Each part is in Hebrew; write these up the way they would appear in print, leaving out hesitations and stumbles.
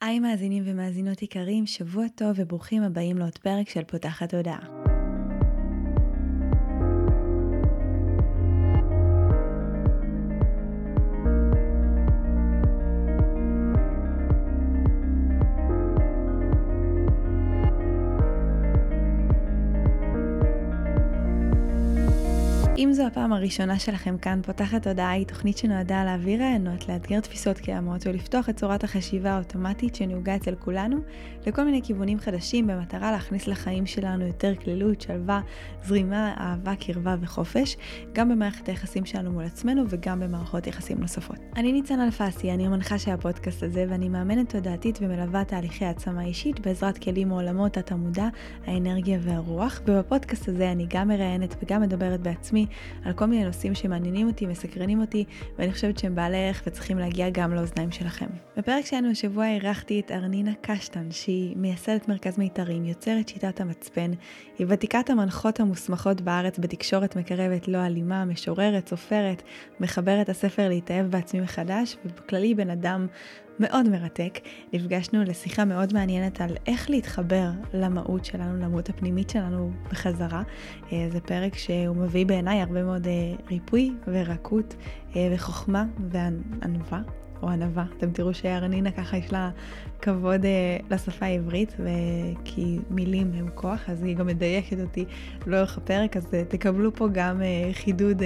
היי מאזינים ומאזינות יקרים, שבוע טוב וברוכים הבאים לעוד פרק של פותחת תודעה. אם זו הפעם הראשונה שלכם כאן, פותחת תודעה היא תוכנית שנועדה להעביר רעיונות, לאתגר תפיסות קיימות ולפתוח את צורת החשיבה האוטומטית שנהוגה אצל כולנו לכל מיני כיוונים חדשים במטרה להכניס לחיים שלנו יותר כללות, שלווה, זרימה, אהבה, קרבה וחופש, גם במערכת היחסים שלנו מול עצמנו וגם במערכות יחסים נוספות. אני ניצן אלפסי, אני המנחה של הפודקאסט הזה ואני מאמנת תודעתית ומלווה תהליכי העצמה אישית בעזרת כלים מעולמות התמודע, האנרגיה והרוח. ובפודקאסט הזה אני גם מראיינת וגם מדברת בעצמי על כל מיני נושאים שמעניינים אותי, מסקרנים אותי, ואני חושבת שהם בעלי ערך וצריכים להגיע גם לאוזניים שלכם. בפרק שלנו השבוע אירחתי את ארנינה קשטן, שהיא מייסדת מרכז מיתרים, יוצרת שיטת המצפן, היא ותיקת המנחות המוסמכות בארץ בתקשורת מקרבת לא אלימה, משוררת, סופרת, מחברת הספר להתאהב בעצמי מחדש, ובכללי בן אדם מאוד מרתק. נפגשנו לשיחה מאוד מעניינת על איך להתחבר למהות שלנו, למהות הפנימית שלנו בחזרה. זה פרק שהוא מביא בעיניי הרבה מאוד ריפוי ורקות וחוכמה וענווה. או ענווה. אתם תראו שארנינה ככה יש לה כבוד לשפה העברית, כי מילים הם כוח, אז היא גם מדייקת אותי לאורך הפרק, אז תקבלו פה גם חידוד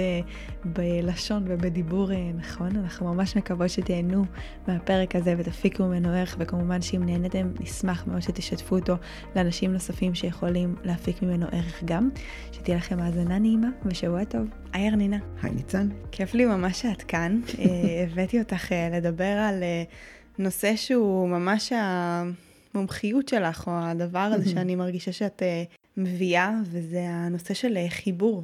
בלשון ובדיבור נכון. אנחנו ממש מקוות שתהנו מהפרק הזה ותפיקו ממנו ערך, וכמובן שאם נהנתם נשמח מאוד שתשתפו אותו לאנשים נוספים שיכולים להפיק ממנו ערך גם. שתהיה לכם האזנה נעימה ושבוע טוב. היי ארנינה. היי ניצן. כיף לי ממש שאת כאן. הבאתי אותך לדבר על נושא שהוא ממש המומחיות שלך, או הדבר הזה שאני מרגישה שאת מביאה, וזה הנושא של חיבור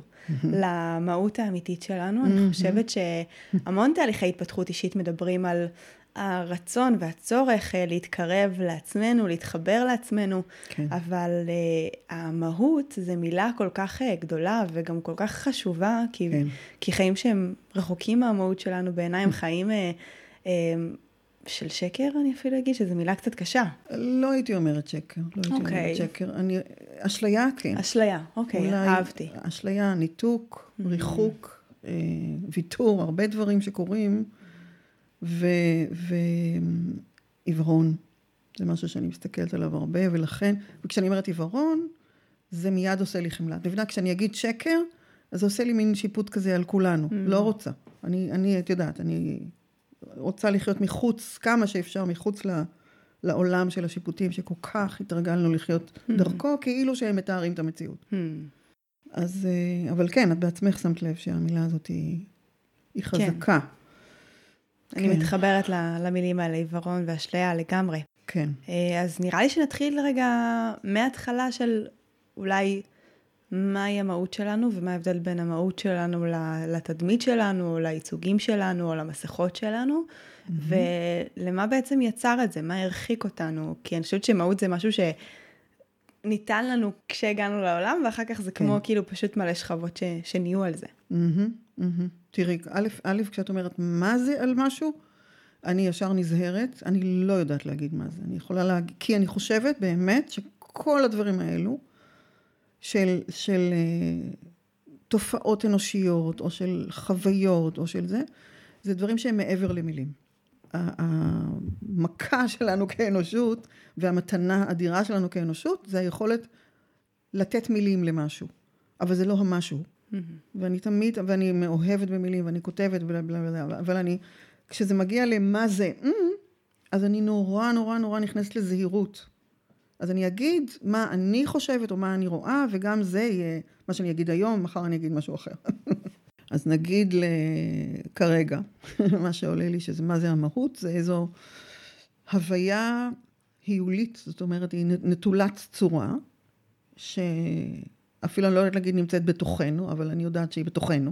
למהות האמיתית שלנו. אני חושבת שהמון תהליכי התפתחות אישית מדברים על הרצון והצורך להתקרב לעצמנו, להתחבר לעצמנו, כן. אבל המהות זה מילה כל כך גדולה וגם כל כך חשובה, כי חיים שהם רחוקים מהמהות שלנו בעיניי הם חיים של שקר, אני אפילו אגיד שזו מילה קצת קשה. לא הייתי אומרת שקר, אשליה, כן. אשליה, אוקיי, אהבתי. אשליה, ניתוק, ריחוק, ויתור, הרבה דברים שקורים, ועיוורון, זה משהו שאני מסתכלת עליו הרבה, ולכן, וכשאני אומרת עיוורון, זה מיד עושה לי חמלה. תבינה, כשאני אגיד שקר, אז זה עושה לי מין שיפוט כזה על כולנו, לא רוצה. את יודעת, אני רוצה לחיות מחוץ, כמה שאפשר מחוץ לעולם של השיפוטים, שכל כך התרגלנו לחיות דרכו, כאילו שהם מתארים את המציאות. אז, אבל כן, את בעצמך שמת לב שהמילה הזאת היא חזקה. אני מתחברת למילים האלה, עיוורון והשליה לגמרי. כן. אז נראה לי שנתחיל רגע מההתחלה של אולי מהי המהות שלנו, ומה ההבדל בין המהות שלנו לתדמית שלנו, או לייצוגים שלנו, או למסכות שלנו, ולמה בעצם יצר את זה, מה הרחיק אותנו, כי אני חושבת שמהות זה משהו שניתן לנו כשהגענו לעולם, ואחר כך זה כמו כאילו פשוט מלא שכבות שנהיו על זה. תראי, א', כשאת אומרת מה זה על משהו, אני ישר נזהרת, אני לא יודעת להגיד מה זה. אני יכולה להגיד, כי אני חושבת באמת שכל הדברים האלו, של תופעות אנושיות, או של חוויות, או של זה, זה דברים שהם מעבר למילים. המכה שלנו כאנושות, והמתנה האדירה שלנו כאנושות, זה היכולת לתת מילים למשהו. אבל זה לא המשהו. ואני מאוהבת במילים, ואני כותבת, אבל כשזה מגיע למה זה, אז אני נורא נורא נורא נכנסת לזהירות. אז אני אגיד מה אני חושבת, או מה אני רואה, וגם זה יהיה מה שאני אגיד היום, מחר אני אגיד משהו אחר. אז נגיד כרגע, מה שעולה לי, מה זה המהות, זה איזו הוויה היולית, זאת אומרת, היא נטולת צורה, אפילו אני לא יודעת להגיד נמצאת בתוכנו, אבל אני יודעת שהיא בתוכנו,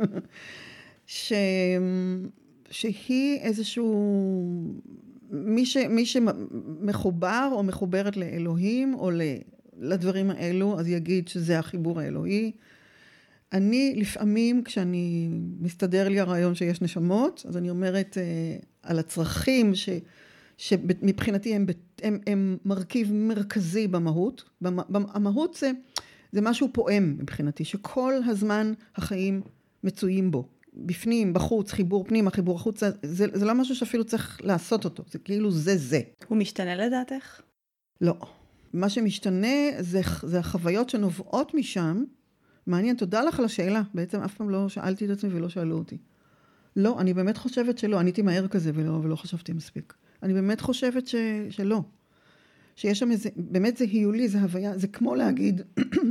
שהיא איזשהו, מי שמחובר או מחוברת לאלוהים, או לדברים האלו, אז יגיד שזה החיבור האלוהי. אני לפעמים, כשאני מסתדר לי הרעיון שיש נשמות, אז אני אומרת על הצרכים שמבחינתי הם מרכיב מרכזי במהות. המהות זה משהו פועם מבחינתי, שכל הזמן החיים מצויים בו. בפנים, בחוץ, חיבור פנימה, חיבור החוץ, זה לא משהו שאפילו צריך לעשות אותו, זה כאילו זה. הוא משתנה לדעתך? לא. מה שמשתנה זה החוויות שנובעות משם. מעניין, תודה לך על השאלה, בעצם אף פעם לא שאלתי את עצמי ולא שאלו אותי. לא, אני באמת חושבת שלא, עניתי מהר כזה ולא חשבתי מספיק. אני באמת חושבת שלא. שיש שם איזה, באמת זה היולי, זה הוויה, זה כמו להגיד,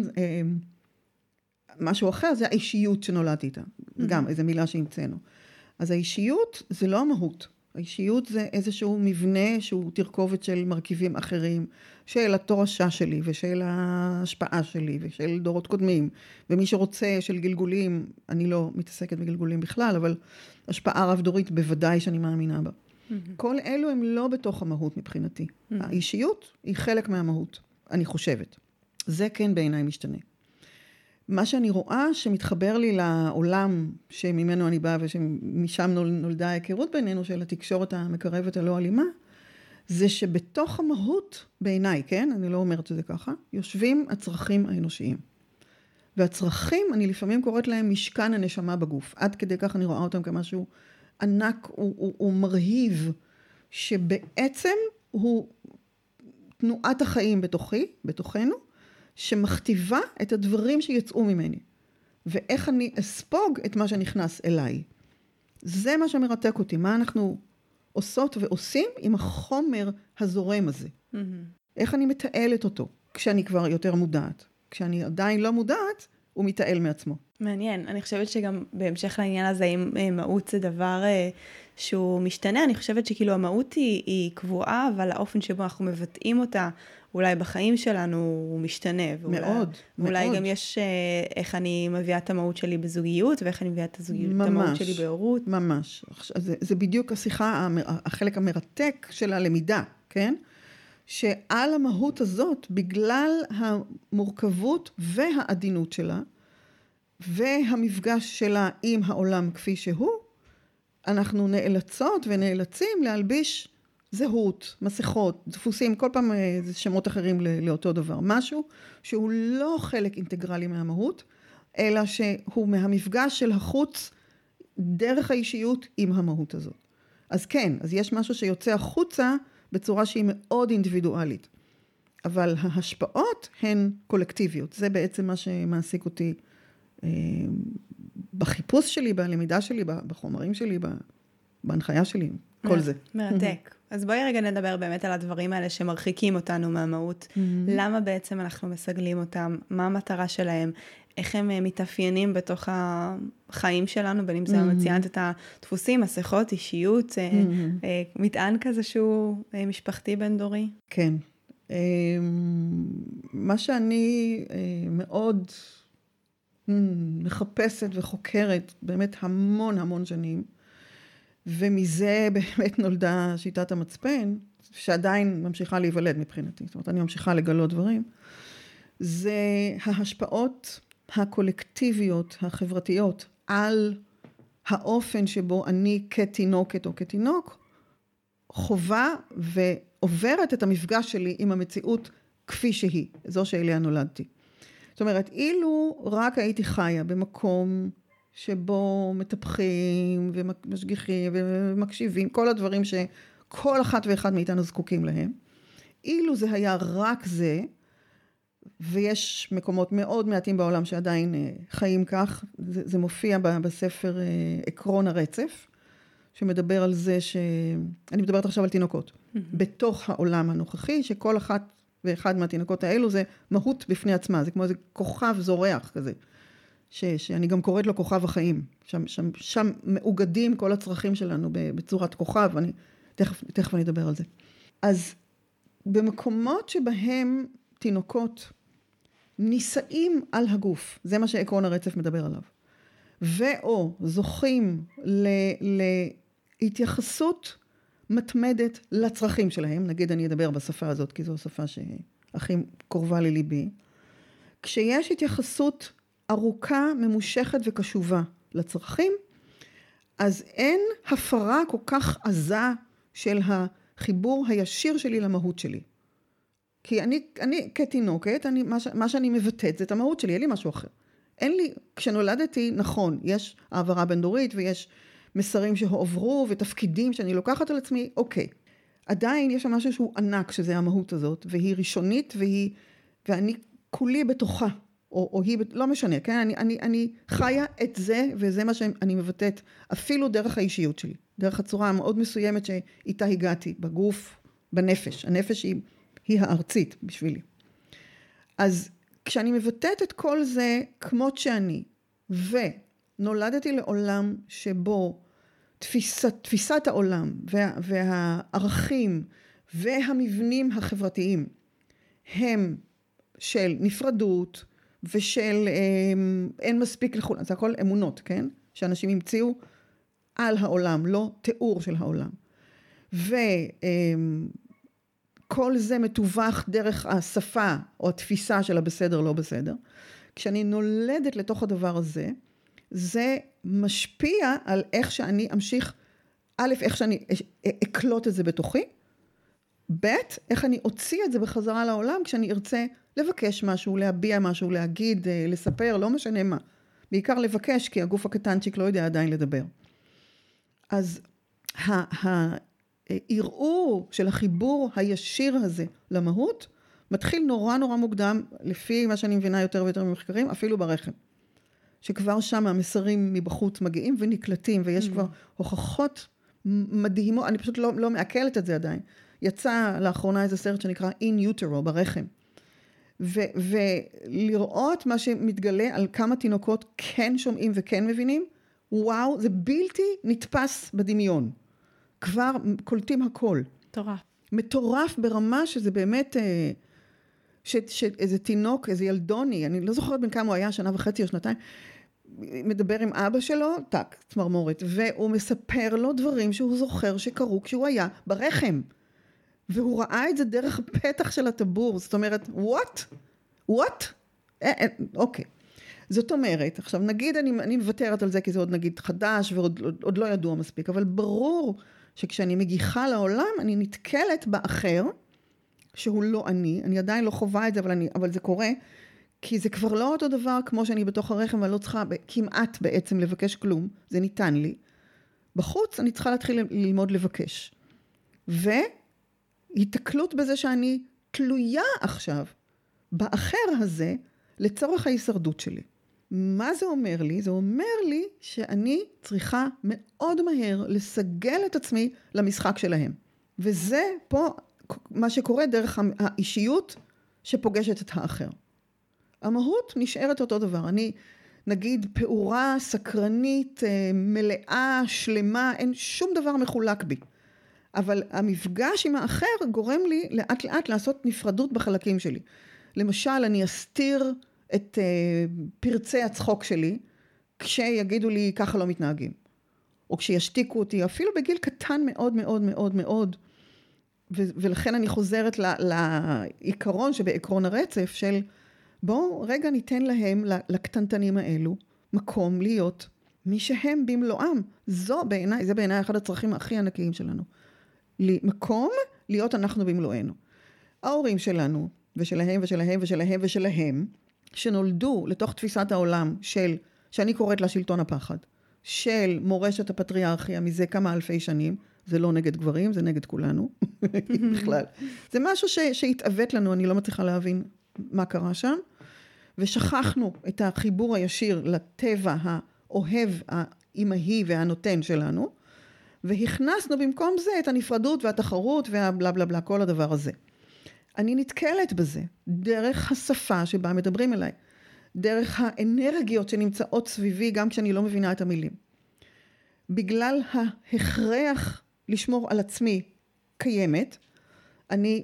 משהו אחר, זה האישיות שנולדתי איתה. גם איזו מילה שהמצאנו. אז האישיות זה לא המהות. האישיות זה איזשהו מבנה שהוא תרכובת של מרכיבים אחרים, של התורשה שלי ושל ההשפעה שלי ושל דורות קודמים. ומי שרוצה של גלגולים, אני לא מתעסקת בגלגולים בכלל, אבל השפעה רב דורית בוודאי שאני מאמינה בה. כל אלו הם לא בתוך המהות מבחינתי. האישיות היא חלק מהמהות, אני חושבת. זה כן בעיניי משתנה. מה שאני רואה שמתחבר לי לעולם שממנו אני באה ושמשם נולדה ההיכרות בינינו של התקשורת המקרבת הלא אלימה, זה שבתוך המהות בעיניי, כן, אני לא אומרת שזה ככה, יושבים הצרכים האנושיים. והצרכים, אני לפעמים קוראת להם משכן הנשמה בגוף. עד כדי כך אני רואה אותם כמשהו ענק ומרהיב, שבעצם הוא תנועת החיים בתוכנו, שמכתיבה את הדברים שיצאו ממני. ואיך אני אספוג את מה שנכנס אליי. זה מה שמרתק אותי. מה אנחנו עושות ועושים עם החומר הזורם הזה. איך אני מתעלת אותו כשאני כבר יותר מודעת. כשאני עדיין לא מודעת, הוא מתעל מעצמו. מעניין. אני חושבת שגם בהמשך לעניין הזה, אם מהות זה דבר שהוא משתנה, אני חושבת שכאילו המהות היא קבועה, אבל האופן שבו אנחנו מבטאים אותה, אולי בחיים שלנו הוא משתנה. מאוד. ואולי גם יש איך אני מביאה את המהות שלי בזוגיות, ואיך אני מביאה את המהות שלי בהורות. ממש. זה בדיוק השיחה, החלק המרתק של הלמידה, כן? שעל המהות הזאת, בגלל המורכבות והעדינות שלה, והמפגש שלה עם העולם כפי שהוא, אנחנו נאלצות ונאלצים להלביש זהות, מסכות, דפוסים, כל פעם זה שמות אחרים לאותו דבר. משהו שהוא לא חלק אינטגרלי מהמהות, אלא שהוא מהמפגש של החוץ דרך האישיות עם המהות הזאת. אז כן, אז יש משהו שיוצא החוצה בצורה שהיא מאוד אינדיבידואלית. אבל ההשפעות הן קולקטיביות. זה בעצם מה שמעסיק אותי בחיפוש שלי, בלמידה שלי, בחומרים שלי, בהנחיה שלי, כל זה. מרתק. אז בואי רגע נדבר באמת על הדברים האלה שמרחיקים אותנו מהמהות. למה בעצם אנחנו מסגלים אותם? מה המטרה שלהם? איך הם מתאפיינים בתוך החיים שלנו, בין אם זה מציינת את הדפוסים, מסכות, אישיות, מטען כזה שהוא משפחתי בין דורי? כן. מה שאני מאוד מחפשת וחוקרת באמת המון שנים, ומזה באמת נולדה שיטת המצפן, שעדיין ממשיכה להיוולד מבחינתי. זאת אומרת, אני ממשיכה לגלות דברים. זה ההשפעות הקולקטיביות, החברתיות, על האופן שבו אני כתינוקת או כתינוק, חובה ועוברת את המפגש שלי עם המציאות כפי שהיא, זו שאליה נולדתי. זאת אומרת, אילו רק הייתי חיה במקום שבו מטפחים ומשגיחים ומקשיבים, כל הדברים שכל אחת ואחד מאיתנו זקוקים להם, אילו זה היה רק זה, ויש מקומות מאוד מעטים בעולם שעדיין חיים כך, זה מופיע בספר עקרון הרצף, שמדבר על זה אני מדברת עכשיו על תינוקות, בתוך העולם הנוכחי, שכל אחת ואחד מהתינוקות האלו זה מהות בפני עצמה, זה כמו איזה כוכב זורח כזה, שאני גם קוראת לו כוכב החיים, שם מאוגדים כל הצרכים שלנו בצורת כוכב, תכף אני אדבר על זה. אז במקומות שבהם תינוקות נישאים על הגוף, זה מה שעקרון הרצף מדבר עליו, ואו זוכים להתייחסות מתמדת לצרכים שלהם, נגיד אני אדבר בשפה הזאת, כי זו השפה שהכי קרובה לליבי, כשיש התייחסות ארוכה, ממושכת וקשובה לצרכים, אז אין הפרה כל כך עזה של החיבור הישיר שלי למהות שלי. כי אני כתינוקת, מה שאני מבטאת זה את המהות שלי, אין לי משהו אחר. אין לי, כשנולדתי, נכון, יש העברה בין דורית ויש מסרים שהועברו ותפקידים שאני לוקחת על עצמי, אוקיי. עדיין יש שם משהו שהוא ענק, שזה המהות הזאת, והיא ראשונית, ואני כולי בתוכה, או היא, לא משנה, כן? אני חיה את זה, וזה מה שאני מבטאת, אפילו דרך האישיות שלי, דרך הצורה המאוד מסוימת שאיתה הגעתי, בגוף, בנפש. הנפש היא הארצית בשבילי. אז כשאני מבטאת את כל זה כמות שאני, ונולדתי לעולם שבו תפיסת העולם והערכים והמבנים החברתיים הם של נפרדות ושל אין מספיק לכולם, זה הכל אמונות, כן? שאנשים המציאו על העולם, לא תיאור של העולם. כל זה מתווך דרך השפה או התפיסה של הבסדר לא בסדר. כשאני נולדת לתוך הדבר הזה, זה משפיע על איך שאני אמשיך, א', איך שאני אקלוט את זה בתוכי, ב', איך אני אוציא את זה בחזרה לעולם, כשאני ארצה לבקש משהו, להביע משהו, להגיד, לספר, לא משנה מה. בעיקר לבקש, כי הגוף הקטנצ'יק לא יודע עדיין לדבר. אז הערעור של החיבור הישיר הזה למהות, מתחיל נורא נורא מוקדם, לפי מה שאני מבינה יותר ויותר ממחקרים, אפילו ברחם. שכבר שם המסרים מבחוץ מגיעים ונקלטים, ויש כבר הוכחות מדהימות, אני פשוט לא מעכלת את זה עדיין. יצא לאחרונה איזה סרט שנקרא In Utero, ברחם. ולראות מה שמתגלה על כמה תינוקות כן שומעים וכן מבינים, וואו, זה בלתי נתפס בדמיון. כבר קולטים הכל. מטורף. מטורף ברמה שזה באמת, שאיזה תינוק, איזה ילדוני, אני לא זוכרת בין כמה הוא היה, 1.5 או 2 מדבר עם אבא שלו, טק, צמרמורת, והוא מספר לו דברים שהוא זוכר שקרו כשהוא היה ברחם. והוא ראה את זה דרך הפתח של הטבור, זאת אומרת, what? אוקיי. זאת אומרת, עכשיו נגיד אני מוותרת על זה, כי זה עוד נגיד חדש, ועוד לא ידוע מספיק, אבל ברור שכשאני מגיחה לעולם, אני נתקלת באחר, שהוא לא אני עדיין לא חובה את זה, אבל זה קורה, כי זה כבר לא אותו דבר כמו שאני בתוך הרחם, ואני לא צריכה כמעט בעצם לבקש כלום, זה ניתן לי. בחוץ אני צריכה להתחיל ללמוד לבקש. והתקלות בזה שאני תלויה עכשיו באחר הזה, לצורך ההישרדות שלי. מה זה אומר לי? זה אומר לי שאני צריכה מאוד מהר לסגל את עצמי למשחק שלהם. וזה פה מה שקורה דרך האישיות שפוגשת את האחר. המהות נשארת אותו דבר. אני נגיד פעורה, סקרנית, מלאה, שלמה, אין שום דבר מחולק בי. אבל המפגש עם האחר גורם לי לאט לאט לעשות נפרדות בחלקים שלי. למשל, אני אסתיר את פרצי הצחוק שלי, כשיגידו לי ככה לא מתנהגים. או כשישתיקו אותי, אפילו בגיל קטן מאוד מאוד מאוד מאוד. ולכן אני חוזרת לעיקרון שבעקרון הרצף של, בואו רגע ניתן להם, לקטנטנים האלו, מקום להיות מי שהם במלואם. זה בעיניי אחד הצרכים הכי ענקיים שלנו. מקום להיות אנחנו במלואנו. ההורים שלנו, ושלהם ושלהם ושלהם ושלהם, שנולדו לתוך תפיסת העולם שאני קוראת לה שלטון הפחד, של מורשת הפטריארכיה מזה כמה אלפי שנים, זה לא נגד גברים, זה נגד כולנו, בכלל. זה משהו שהתאבט לנו, אני לא מצליחה להבין מה קרה שם, ושכחנו את החיבור הישיר לטבע האוהב, האימהי והנותן שלנו, והכנסנו במקום זה את הנפרדות והתחרות והבלה בלה בלה, כל הדבר הזה. אני נתקלת בזה, דרך השפה שבה מדברים אליי, דרך האנרגיות שנמצאות סביבי, גם כשאני לא מבינה את המילים. בגלל ההכרח לשמור על עצמי קיימת, אני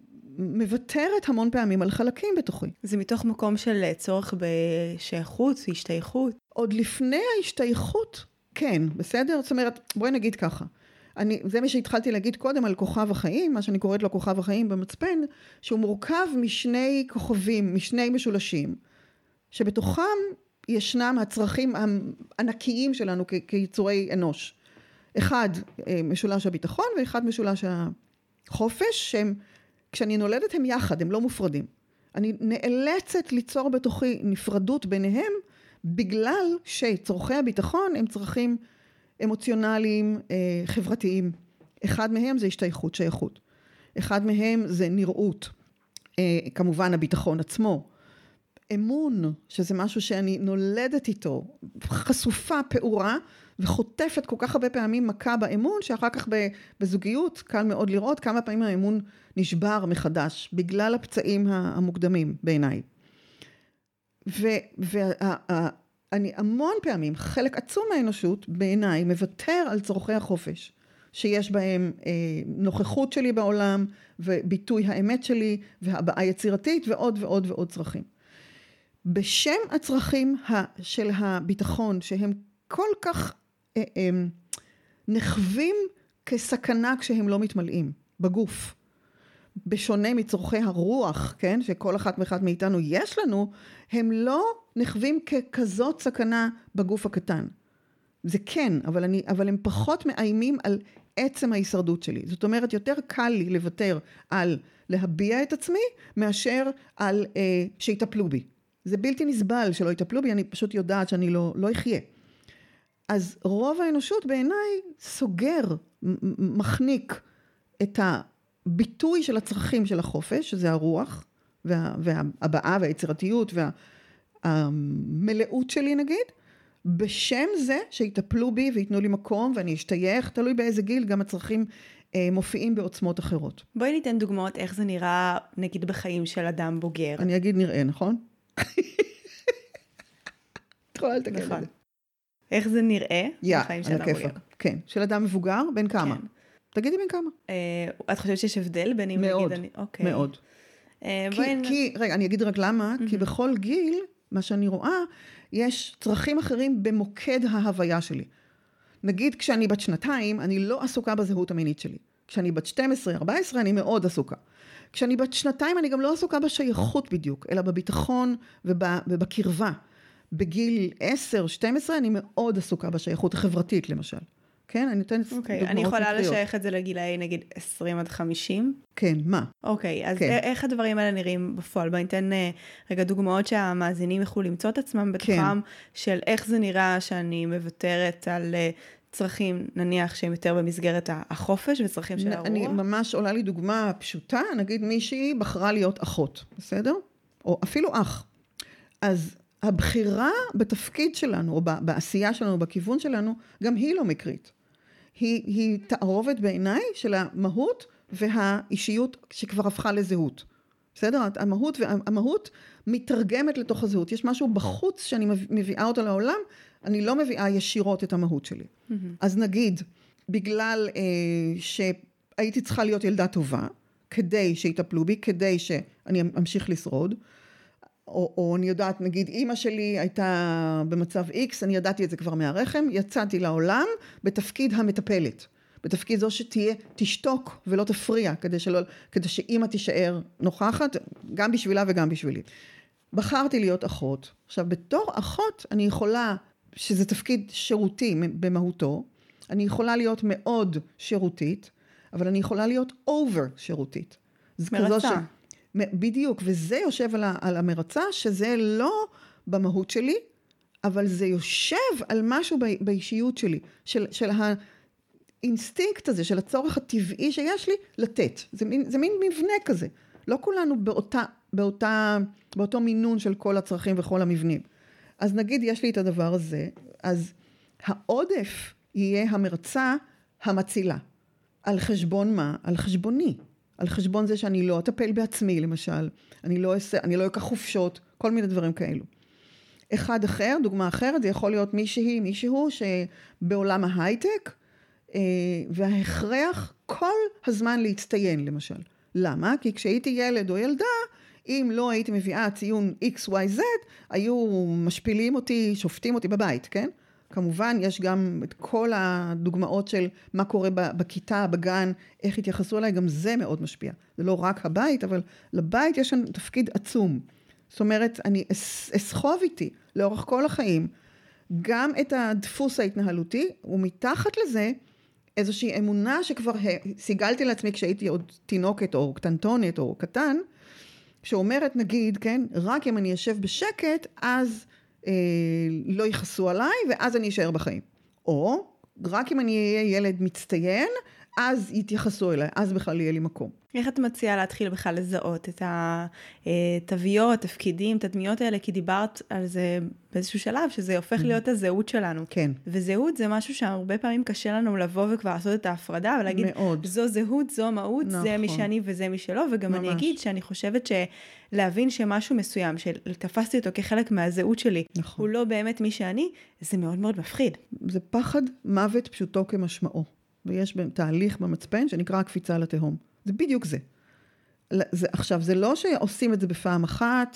מבטרת המון פעמים על חלקים בתוכי. זה מתוך מקום של צורך בשייכות, השתייכות. עוד לפני ההשתייכות, כן, בסדר? זאת אומרת, בואי נגיד ככה. זה מה שהתחלתי להגיד קודם על כוכב החיים, מה שאני קוראת לו כוכב החיים במצפן, שהוא מורכב משני כוכבים, משני משולשים, שבתוכם ישנם הצרכים הענקיים שלנו כיצורי אנוש. אחד משולש הביטחון ואחד משולש חופש שהם, כשאני נולדת הם יחד, הם לא מופרדים. אני נאלצת ליצור בתוכי נפרדות ביניהם, בגלל שצורכי הביטחון הם צרכים אמוציונליים, חברתיים. אחד מהם זה השתייכות, שייכות. אחד מהם זה נראות, כמובן הביטחון עצמו. אמון, שזה משהו שאני נולדת איתו, חשופה, פעורה, וחוטפת כל כך הרבה פעמים מכה באמון, שאחר כך בזוגיות קל מאוד לראות כמה פעמים האמון נשבר מחדש, בגלל הפצעים המוקדמים בעיניי. ואני המון פעמים, חלק עצום מהאנושות בעיניי, מוותר על צורכי החופש, שיש בהם נוכחות שלי בעולם, וביטוי האמת שלי, והבעה יצירתית, ועוד ועוד ועוד צרכים. בשם הצרכים של הביטחון, שהם כל כך נחווים כסכנה כשהם לא מתמלאים בגוף. בשונה מצורכי הרוח, כן, שכל אחת ואחת מאיתנו יש לנו, הם לא נחווים ככזאת סכנה בגוף הקטן. זה כן, אבל הם פחות מאיימים על עצם ההישרדות שלי. זאת אומרת, יותר קל לי לוותר על להביע את עצמי, מאשר על שיטפלו בי. זה בלתי נסבל שלא יטפלו בי, אני פשוט יודעת שאני לא אחיה. אז רוב האנושות בעיניי סוגר, מחניק את הביטוי של הצרכים של החופש, שזה הרוח, והבעה והיצירתיות והמלאות שלי נגיד, בשם זה שיטפלו בי ויתנו לי מקום ואני אשתייך, תלוי באיזה גיל, גם הצרכים מופיעים בעוצמות אחרות. בואי ניתן דוגמאות איך זה נראה נגיד בחיים של אדם בוגר. אני אגיד נראה, נכון? תיכולה לתקן את זה. איך זה נראה בחיים של אדם בוגר? כן, של אדם מבוגר, בין כמה? תגידי בין כמה. את חושבת שיש הבדל בין אם מאוד, מאוד. רגע, אני אגיד רק למה, כי בכל גיל, מה שאני רואה, יש צרכים אחרים במוקד ההוויה שלי. נגיד, כשאני בת 2, אני לא עסוקה בזהות המינית שלי. כשאני בת 12, 14, אני מאוד עסוקה. כשאני בת 2, אני גם לא עסוקה בשייכות בדיוק, אלא בביטחון ובקרבה. בגיל 10, 12, אני מאוד עסוקה בשייכות החברתית, למשל. כן, אני נותנת דוגמאות מקריות. אני יכולה לשייך את זה לגילאי, נגיד, 20 עד 50? כן, מה? אוקיי, אז איך הדברים האלה נראים בפועל? בואי ניתן רגע דוגמאות שהמאזינים יוכלו למצוא את עצמם בתוכם, של איך זה נראה שאני מוותרת על צרכים, נניח, שהם יותר במסגרת החופש וצרכים של הרוח. אני ממש עולה לי דוגמה פשוטה, נגיד מישהי בחרה להיות אחות, בסדר? או אפילו אח. אז הבחירה בתפקיד שלנו, או בעשייה שלנו, בכיוון שלנו, גם היא לא מקרית. היא תערובת בעיניי של המהות והאישיות שכבר הפכה לזהות. בסדר? המהות מתרגמת לתוך הזהות. יש משהו בחוץ שאני מביאה אותה לעולם, אני לא מביאה ישירות את המהות שלי. אז נגיד, בגלל שהייתי צריכה להיות ילדה טובה, כדי שיטפלו בי, כדי שאני אמשיך לשרוד, או אני יודעת, נגיד, אמא שלי הייתה במצב X, אני ידעתי את זה כבר מהרחם, יצאתי לעולם בתפקיד המטפלת. בתפקיד זו תשתוק ולא תפריע, כדי שאמא תישאר נוכחת, גם בשבילה וגם בשבילי. בחרתי להיות אחות. עכשיו, בתור אחות, אני יכולה, שזה תפקיד שירותי במהותו, אני יכולה להיות מאוד שירותית, אבל אני יכולה להיות אובר שירותית. מרצה. בדיוק, וזה יושב על המרצה, שזה לא במהות שלי, אבל זה יושב על משהו באישיות שלי, של האינסטינקט הזה, של הצורך הטבעי שיש לי, לתת. זה מין מבנה כזה. לא כולנו באותו מינון של כל הצרכים וכל המבנים. אז נגיד, יש לי את הדבר הזה, אז העודף יהיה המרצה המצילה. על חשבון מה? על חשבוני. על חשבון זה שאני לא אטפל בעצמי, למשל. אני לא אקח חופשות, כל מיני דברים כאלו. אחד אחר, דוגמה אחרת, זה יכול להיות מישהו שבעולם ההייטק, וההכרח כל הזמן להצטיין, למשל. למה? כי כשהייתי ילד או ילדה, אם לא הייתי מביאה ציון XYZ, היו משפילים אותי, שופטים אותי בבית, כן? כמובן, יש גם את כל הדוגמאות של מה קורה בכיתה, בגן, איך התייחסו אליי, גם זה מאוד משפיע. זה לא רק הבית, אבל לבית יש שם תפקיד עצום. זאת אומרת, אני אסחוב איתי לאורך כל החיים, גם את הדפוס ההתנהלותי, ומתחת לזה, איזושהי אמונה שכבר סיגלתי לעצמי כשהייתי עוד תינוקת או קטנטונת או קטן, שאומרת נגיד, כן, רק אם אני אשב בשקט, אז לא יכעסו עליי ואז אני אשאר בחיים. או רק אם אני אהיה ילד מצטיין, אז יתייחסו אליי, אז בכלל יהיה לי מקום. איך את מציעה להתחיל בכלל לזהות את התוויות, תפקידים, את הדמיות האלה? כי דיברת על זה באיזשהו שלב, שזה הופך להיות הזהות שלנו. כן. וזהות זה משהו שהרבה פעמים קשה לנו לבוא וכבר לעשות את ההפרדה, ולהגיד, מאוד. זו זהות, זו מהות, נכון. זה מי שאני וזה מי שלא, וגם ממש. אני אגיד שאני חושבת שלהבין שמשהו מסוים, שתפסתי אותו כחלק מהזהות שלי, נכון. הוא לא באמת מי שאני, זה מאוד מאוד מפחיד. זה פחד מוות פשוטו כמשמעו. ויש תהליך במצפן שנקרא הקפיצה לתהום. זה בדיוק זה. עכשיו, זה לא שעושים את זה בפעם אחת.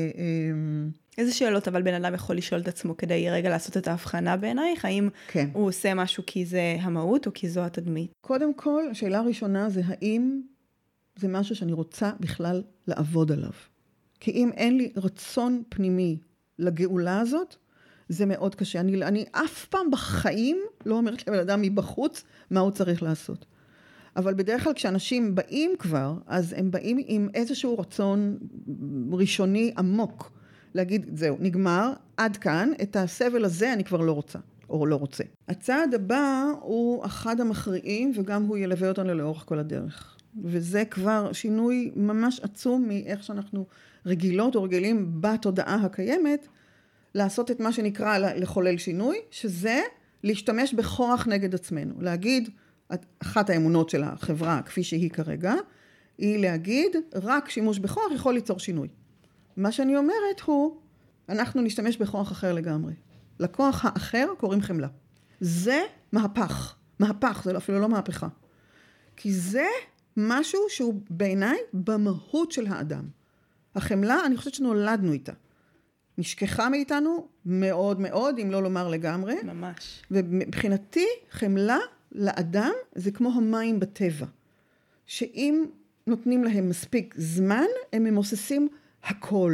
איזה שאלות אבל בן אדם יכול לשאול את עצמו כדי רגע לעשות את ההבחנה בעינייך? האם כן. הוא עושה משהו כי זה המהות או כי זו התדמית? קודם כל, השאלה הראשונה זה האם זה משהו שאני רוצה בכלל לעבוד עליו. כי אם אין לי רצון פנימי לגאולה הזאת, זה מאוד קשה. אני אף פעם בחיים לא אומרת לבן אדם מבחוץ מה הוא צריך לעשות. אבל בדרך כלל כשאנשים באים כבר, אז הם באים עם איזשהו רצון ראשוני עמוק. להגיד, זהו, נגמר, עד כאן, את הסבל הזה אני כבר לא רוצה, או לא רוצה. הצעד הבא הוא אחד המכריעים, וגם הוא ילווה אותנו לאורך כל הדרך. וזה כבר שינוי ממש עצום מאיך שאנחנו רגילות או רגילים בתודעה הקיימת, לעשות את מה שנקרא לחולל שינוי, שזה להשתמש בכוח נגד עצמנו. להגיד, אחת האמונות של החברה, כפי שהיא כרגע, היא להגיד, רק שימוש בכוח יכול ליצור שינוי. מה שאני אומרת הוא, אנחנו נשתמש בכוח אחר לגמרי. לכוח האחר קוראים חמלה. זה מהפך. מהפך, זה אפילו לא מהפכה. כי זה משהו שהוא בעיניי במהות של האדם. החמלה, אני חושבת שנולדנו איתה. נשכחה מאיתנו מאוד מאוד, אם לא לומר לגמרי. ממש. ומבחינתי, חמלה לאדם זה כמו המים בטבע. שאם נותנים להם מספיק זמן, הם ממוססים הכל.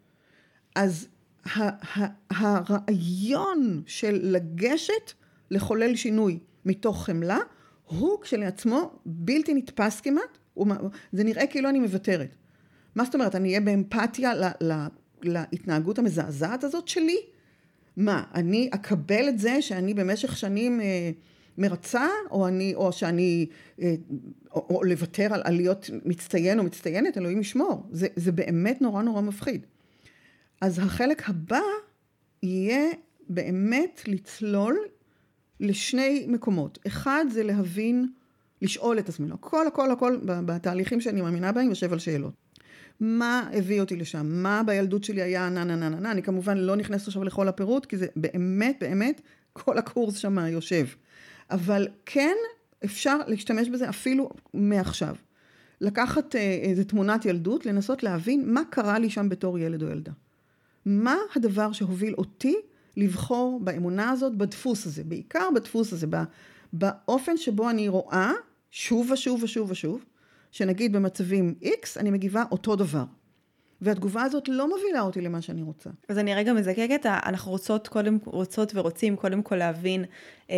אז הרעיון של לגשת לחולל שינוי מתוך חמלה, הוא כשלעצמו בלתי נתפס כמעט. זה נראה כאילו אני מוותרת. מה זאת אומרת? אני אהיה באמפתיה להתנהגות המזעזעת הזאת שלי? מה, אני אקבל את זה שאני במשך שנים מרצה, או שאני, או לוותר על להיות מצטיין או מצטיינת, אלוהים ישמור. זה באמת נורא נורא מפחיד. אז החלק הבא יהיה באמת לצלול לשני מקומות. אחד זה להבין, לשאול את עצמנו. הכל בתהליכים שאני מאמינה בהם יושב על שאלות. מה הביא אותי לשם? מה בילדות שלי היה נה. אני כמובן לא נכנסת עכשיו לכל הפירוט, כי זה באמת, כל הקורס שם יושב. אבל כן אפשר להשתמש בזה אפילו מעכשיו. לקחת איזו תמונת ילדות, לנסות להבין מה קרה לי שם בתור ילד או ילדה. מה הדבר שהוביל אותי לבחור באמונה הזאת, בדפוס הזה, בעיקר בדפוס הזה, באופן שבו אני רואה שוב ושוב, שנגיד במצבים X, אני מגיבה אותו דבר. והתגובה הזאת לא מובילה אותי למה שאני רוצה. אז אני רגע מזקקת, אנחנו רוצות ורוצים קודם כל להבין,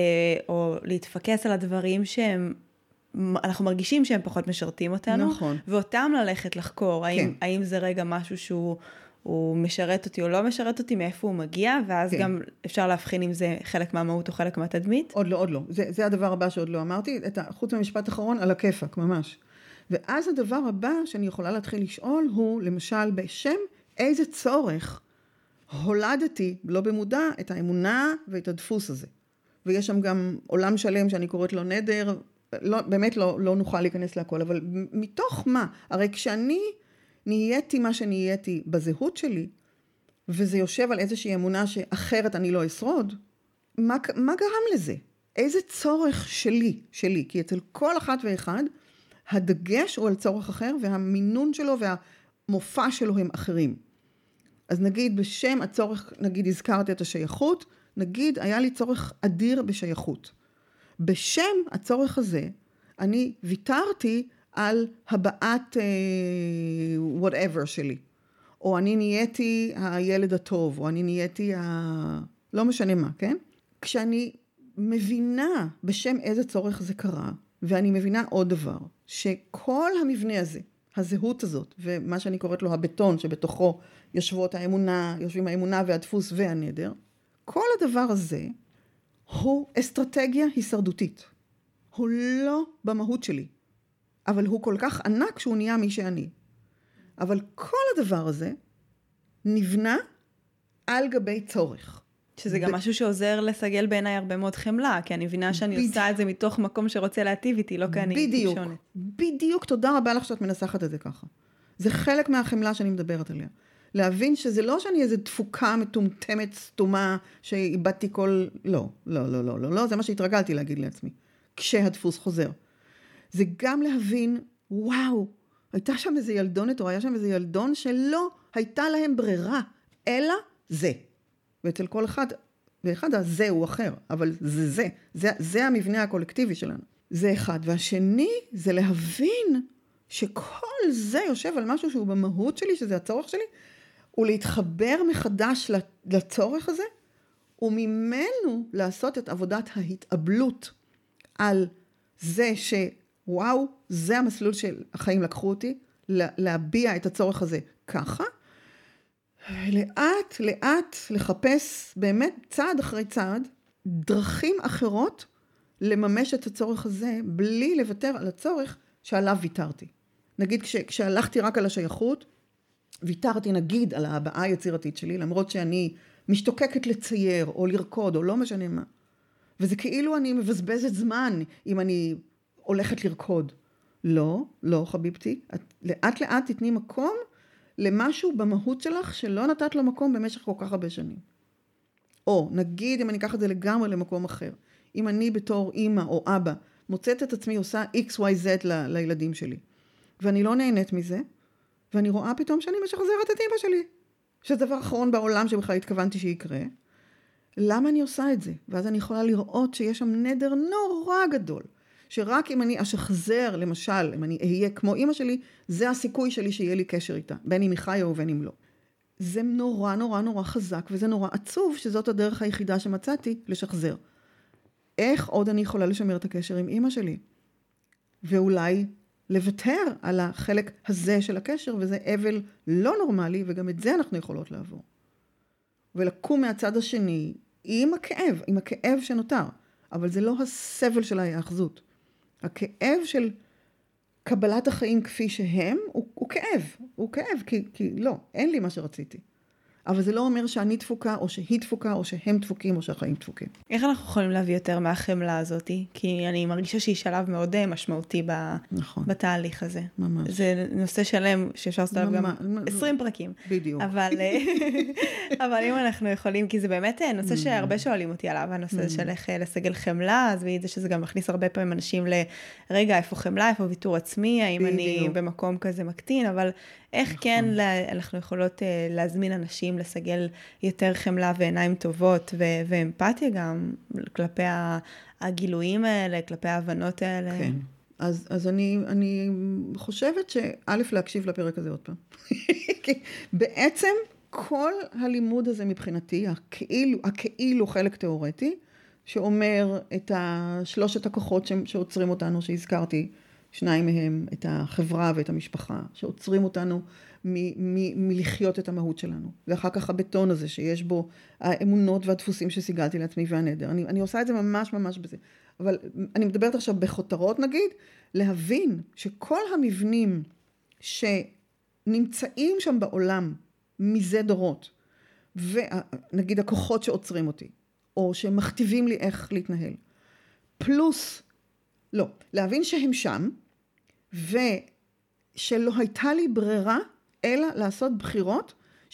או להתפקס על הדברים שהם, אנחנו מרגישים שהם פחות משרתים אותנו, נכון. ואותם ללכת לחקור, כן. האם זה רגע משהו שהוא משרת אותי או לא משרת אותי, מאיפה הוא מגיע, ואז כן. גם אפשר להבחין אם זה חלק מהמהות או חלק מהתדמית? עוד לא. זה הדבר הבא שעוד לא אמרתי, חוץ מהמשפט האחרון, על הכיפק, ממש. ואז הדבר הבא שאני יכולה להתחיל לשאול הוא, למשל, בשם איזה צורך הולדתי, לא במודע, את האמונה ואת הדפוס הזה. ויש שם גם עולם שלם שאני קוראת לו נדר, באמת לא נוכל להיכנס להכל, אבל מתוך מה? הרי כשאני נהייתי מה שנהייתי בזהות שלי, וזה יושב על איזושהי אמונה שאחרת אני לא אשרוד, מה גרם לזה? איזה צורך שלי? כי אצל כל אחת ואחד, הדגש הוא על צורך אחר, והמינון שלו והמופע שלו הם אחרים. אז נגיד בשם הצורך, נגיד הזכרתי את השייכות, נגיד היה לי צורך אדיר בשייכות. בשם הצורך הזה, אני ויתרתי על הבעת whatever שלי. או אני נהייתי הילד הטוב, או אני נהייתי לא משנה מה, כן? כשאני מבינה בשם איזה צורך זה קרה, ואני מבינה עוד דבר, שכל המבנה הזה, הזהות הזאת, ומה שאני קוראת לו הבטון שבתוכו יושבים האמונה והדפוס והנדר, כל הדבר הזה הוא אסטרטגיה הישרדותית. הוא לא במהות שלי, אבל הוא כל כך ענק שהוא נהיה מי שאני. אבל כל הדבר הזה נבנה על גבי צורך. שזה גם משהו שעוזר לסגל בעיניי הרבה מאוד חמלה, כי אני מבינה שאני עושה את זה מתוך מקום שרוצה להטיב איתי, לא כי אני טיפשונת. בדיוק, תודה רבה לך שאת מנסחת את זה ככה. זה חלק מהחמלה שאני מדברת עליה. להבין שזה לא שאני איזו דפוקה מטומטמת, סתומה, שאיבדתי כל... לא, זה מה שהתרגלתי להגיד לעצמי, כשהדפוס חוזר. זה גם להבין, וואו, הייתה שם איזה ילדונת, או היה שם איזה ילדון שלא הייתה להם ברירה, אלא זה. ואצל כל אחד ואחד הזה הוא אחר, אבל זה המבנה הקולקטיבי שלנו. זה אחד. והשני זה להבין שכל זה יושב על משהו שהוא במהות שלי, שזה הצורך שלי, ולהתחבר מחדש לצורך הזה, וממנו לעשות את עבודת ההתאבלות על זה שוואו, זה המסלול של החיים לקחו אותי, להביע את הצורך הזה ככה, לאט לאט לחפש באמת צעד אחרי צעד, דרכים אחרות לממש את הצורך הזה, בלי לוותר על הצורך שעליו ויתרתי. נגיד כשהלכתי רק על השייכות, ויתרתי נגיד על ההבעה היצירתית שלי, למרות שאני משתוקקת לצייר או לרקוד או לא משנה מה. וזה כאילו אני מבזבזת זמן אם אני הולכת לרקוד. לא חביבתי, את לאט לאט תתני מקום למשהו במהות שלך שלא נתת לו מקום במשך כל כך הרבה שנים. או נגיד אם אני אקח את זה לגמרי למקום אחר, אם אני בתור אמא או אבא מוצאת את עצמי עושה XYZ לילדים שלי, ואני לא נהנית מזה, ואני רואה פתאום שאני משחזרת את אמא שלי, שזה דבר אחרון בעולם שבכלל התכוונתי שיקרה, למה אני עושה את זה? ואז אני יכולה לראות שיש שם נדר נורא גדול, שרק אם אני אשחזר, למשל, אם אני אהיה כמו אמא שלי, זה הסיכוי שלי שיהיה לי קשר איתה, בין אם היא חיה או בין אם לא. זה נורא נורא נורא חזק, וזה נורא עצוב, שזאת הדרך היחידה שמצאתי לשחזר. איך עוד אני יכולה לשמר את הקשר עם אמא שלי? ואולי לוותר על החלק הזה של הקשר, וזה אבל לא נורמלי, וגם את זה אנחנו יכולות לעבור. ולקום מהצד השני, עם הכאב שנותר, אבל זה לא הסבל של ההאחזות. הכאב של קבלת החיים כפי שהם, הוא כאב, כי לא, אין לי מה שרציתי. אבל זה לא אומר שאני דפוקה, או שהיא דפוקה, או שהם דפוקים, או שהחיים דפוקים. איך אנחנו יכולים להביא יותר מהחמלה הזאת? כי אני מרגישה שהיא שלב מאוד משמעותי בתהליך הזה. ממש. זה נושא שלם שאפשר לעשות עליו גם 20 פרקים. בדיוק. אבל אם אנחנו יכולים, כי זה באמת נושא שהרבה שואלים אותי עליו, הנושא של איך לסגל חמלה, אז זה שזה גם מכניס הרבה פעמים אנשים לרגע, איפה חמלה, איפה ויתור עצמי, האם אני במקום כזה מקטין, אבל איך כן אנחנו יכולות להזמין אנשים לסגל יותר חמלה ועיניים טובות ואמפתיה גם כלפי הגילויים האלה, כלפי ההבנות האלה. כן. אז אני חושבת שא' להקשיב לפרק הזה עוד פעם. כי בעצם כל הלימוד הזה מבחינתי, הכאילו חלק תיאורטי, שאומר את שלושת הכוחות שעוצרים אותנו, שהזכרתי, שניים מהם, את החברה ואת המשפחה, שעוצרים אותנו מלחיות את המהות שלנו. ואחר כך הבטון הזה, שיש בו האמונות והדפוסים שסיגלתי לעצמי והנדר. אני עושה את זה ממש ממש בזה. אבל אני מדברת עכשיו בכותרות נגיד, להבין שכל המבנים שנמצאים שם בעולם מזה דורות, ונגיד הכוחות שעוצרים אותי, או שמכתיבים לי איך להתנהל, פלוס, לא, להבין שהם שם, ושלא הייתה לי ברירה, אלא לעשות בחירות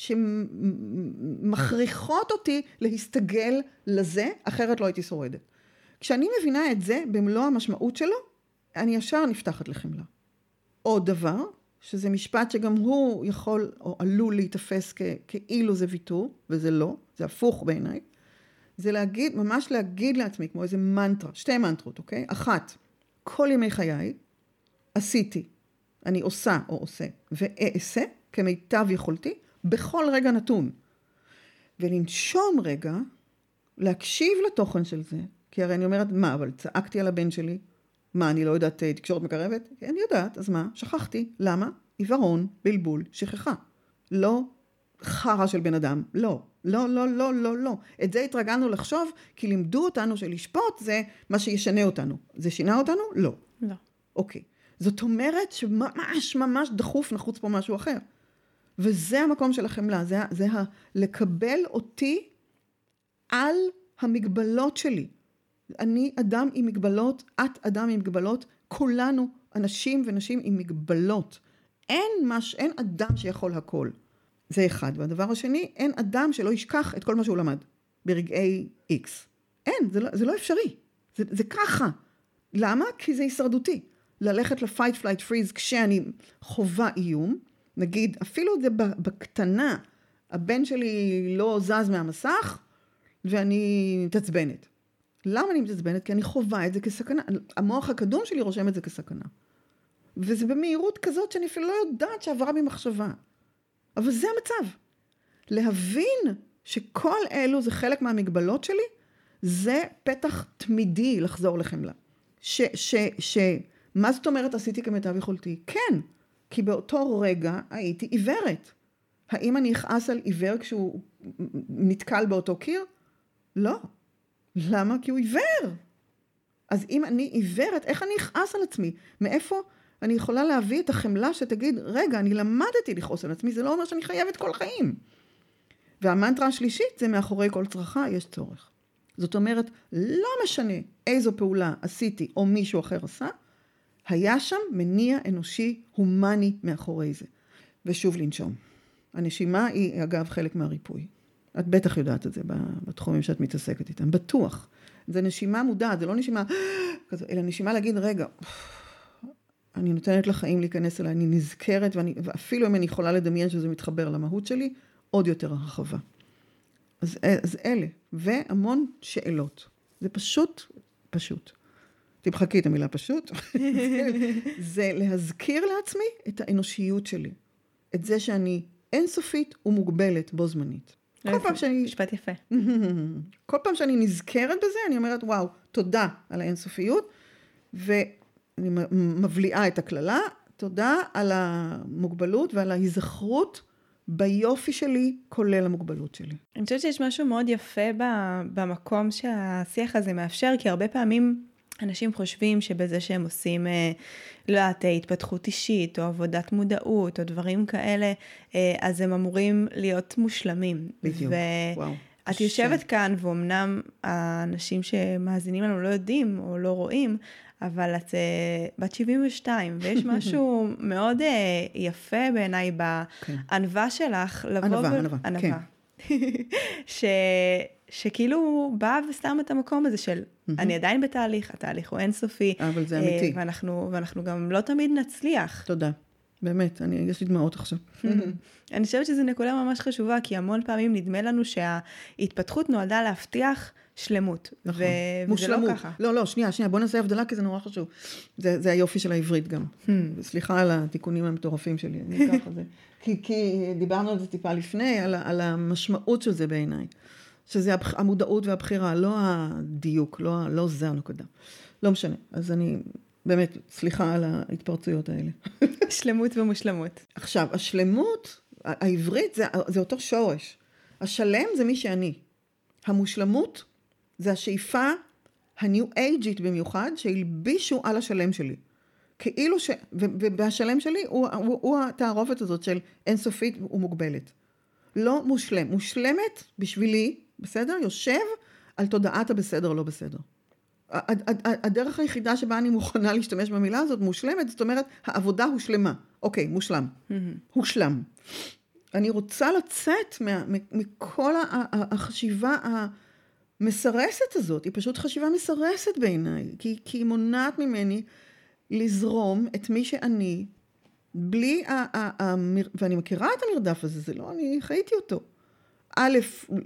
שמכריחות אותי להסתגל לזה, אחרת לא הייתי שורדת. כשאני מבינה את זה במלוא המשמעות שלו, אני ישר נפתחת לחמלה. עוד דבר, שזה משפט שגם הוא יכול או עלול להתאפס כאילו זה ויתור, וזה לא, זה הפוך בעיניי, זה להגיד, ממש להגיד לעצמי, כמו איזה מנטרה, שתי מנטרות, אוקיי? אחת, כל ימי חיי עשיתי, אני עושה או עושה, ואעשה כמיטב יכולתי, בכל רגע נתון. ולנשום רגע, להקשיב לתוכן של זה, כי הרי אני אומרת, מה, אבל צעקתי על הבן שלי, מה, אני לא יודעת תקשורת מקרבת? אני יודעת, אז מה? שכחתי. למה? עיוורון, בלבול, שכחה. לא חרא של בן אדם, לא. לא, לא, לא, לא, לא. את זה התרגלנו לחשוב, כי לימדו אותנו שלשפוט זה מה שישנה אותנו. זה שינה אותנו? לא. לא. אוקיי. זאת אומרת שממש ממש דחוף נחוץ פה משהו אחר. וזה המקום של החמלה, זה לקבל אותי על המגבלות שלי. אני אדם עם מגבלות, את אדם עם מגבלות, כולנו אנשים ונשים עם מגבלות. אין אדם שיכול הכל. זה אחד. והדבר השני, אין אדם שלא ישכח את כל מה שהוא למד ברגעי X. אין, זה לא אפשרי. זה ככה. למה? כי זה הישרדותי. ללכת ל-fight, flight, freeze כשאני חובה איום, נגיד, אפילו זה בקטנה, הבן שלי לא זז מהמסך, ואני מתעצבנת. למה אני מתעצבנת? כי אני חובה את זה כסכנה. המוח הקדום שלי רושם את זה כסכנה. וזה במהירות כזאת שאני אפילו לא יודעת שעברה במחשבה. אבל זה המצב. להבין שכל אלו זה חלק מהמגבלות שלי, זה פתח תמידי לחזור לחמלה. מה זאת אומרת עשיתי כמיטב יכולתי? כן, כי באותו רגע הייתי עיוורת. האם אני אכעס על עיוור כשהוא נתקל באותו קיר? לא. למה? כי הוא עיוור. אז אם אני עיוורת, איך אני אכעס על עצמי? מאיפה אני יכולה להביא את החמלה שתגיד, רגע, אני למדתי לכעוס על עצמי, זה לא אומר שאני חייבת כל חיים. והמנטרה השלישית זה מאחורי כל צרכה יש צורך. זאת אומרת, לא משנה איזו פעולה עשיתי או מישהו אחר עשה, היה שם מניע אנושי הומני מאחורי זה. ושוב לנשום. הנשימה היא אגב חלק מהריפוי. את בטח יודעת את זה בתחומים שאת מתעסקת איתם. בטוח. זה נשימה מודעת, זה לא נשימה כזו, אלא נשימה להגיד, רגע, אני נותנת לחיים להיכנס אליי, אני נזכרת, ואפילו אם אני יכולה לדמיין שזה מתחבר למהות שלי, עוד יותר הרחבה. אז אלה, והמון שאלות. זה פשוט. תמחקי את המילה פשוט. זה להזכיר לעצמי את האנושיות שלי. את זה שאני אינסופית ומוגבלת בו זמנית. כל פעם שאני... משפט יפה. כל פעם שאני נזכרת בזה, אני אומרת, וואו, תודה על האינסופיות, ואני מבליעה את הכללה, תודה על המוגבלות ועל ההיזכרות ביופי שלי, כולל המוגבלות שלי. אני חושבת שיש משהו מאוד יפה במקום שהשיח הזה מאפשר, כי הרבה פעמים אנשים חושבים שבזה שהם עושים, לא יודעת, התפתחות אישית, או עבודת מודעות, או דברים כאלה, אז הם אמורים להיות מושלמים. בדיוק, וואו. את יושבת כאן, ואומנם האנשים שמאזינים לנו לא יודעים, או לא רואים, אבל את בת 72, ויש משהו מאוד יפה בעיניי בענווה שלך, לבוא ענווה, כן. שכאילו בא ושם את המקום הזה של, אני עדיין בתהליך, התהליך הוא אינסופי. אבל זה אמיתי. ואנחנו גם לא תמיד נצליח. תודה. באמת, יש לי דמעות עכשיו. אני חושבת שזו נקודה ממש חשובה, כי המון פעמים נדמה לנו שההתפתחות נועדה להבטיח שלמות. נכון. וזה לא ככה. לא, שנייה, בוא נעשה הבדלה, כי זה נורא חשוב. זה היופי של העברית גם. סליחה על התיקונים המטורפים שלי, אני אקח את זה. כי דיברנו על זה טיפה לפני, על המשמעות של זה בעיניי. שזה המודעות והבחירה, לא הדיוק, לא זה הנקודה. לא משנה. אז אני באמת, סליחה על ההתפרצויות האלה. שלמות ומושלמות. עכשיו, השלמות, העברית זה אותו שורש. השלם זה מי שאני. המושלמות זה השאיפה הניו אייג'ית במיוחד, שהלבישו על השלם שלי. כאילו ובשלם שלי הוא התערופת הזאת של אינסופית ומוגבלת. לא מושלם. מושלמת בשבילי, בסדר? יושב על תודעת הבסדר, לא בסדר. הדרך היחידה שבה אני מוכנה להשתמש במילה הזאת, מושלמת, זאת אומרת, העבודה הושלמה. אוקיי, מושלם. הושלם. אני רוצה לצאת מכל החשיבה המסרסת הזאת. היא פשוט חשיבה מסרסת בעיניי, כי היא מונעת ממני לזרום את מי שאני, בלי, ואני מכירה את המרדף הזה, זה לא, אני חייתי אותו. א',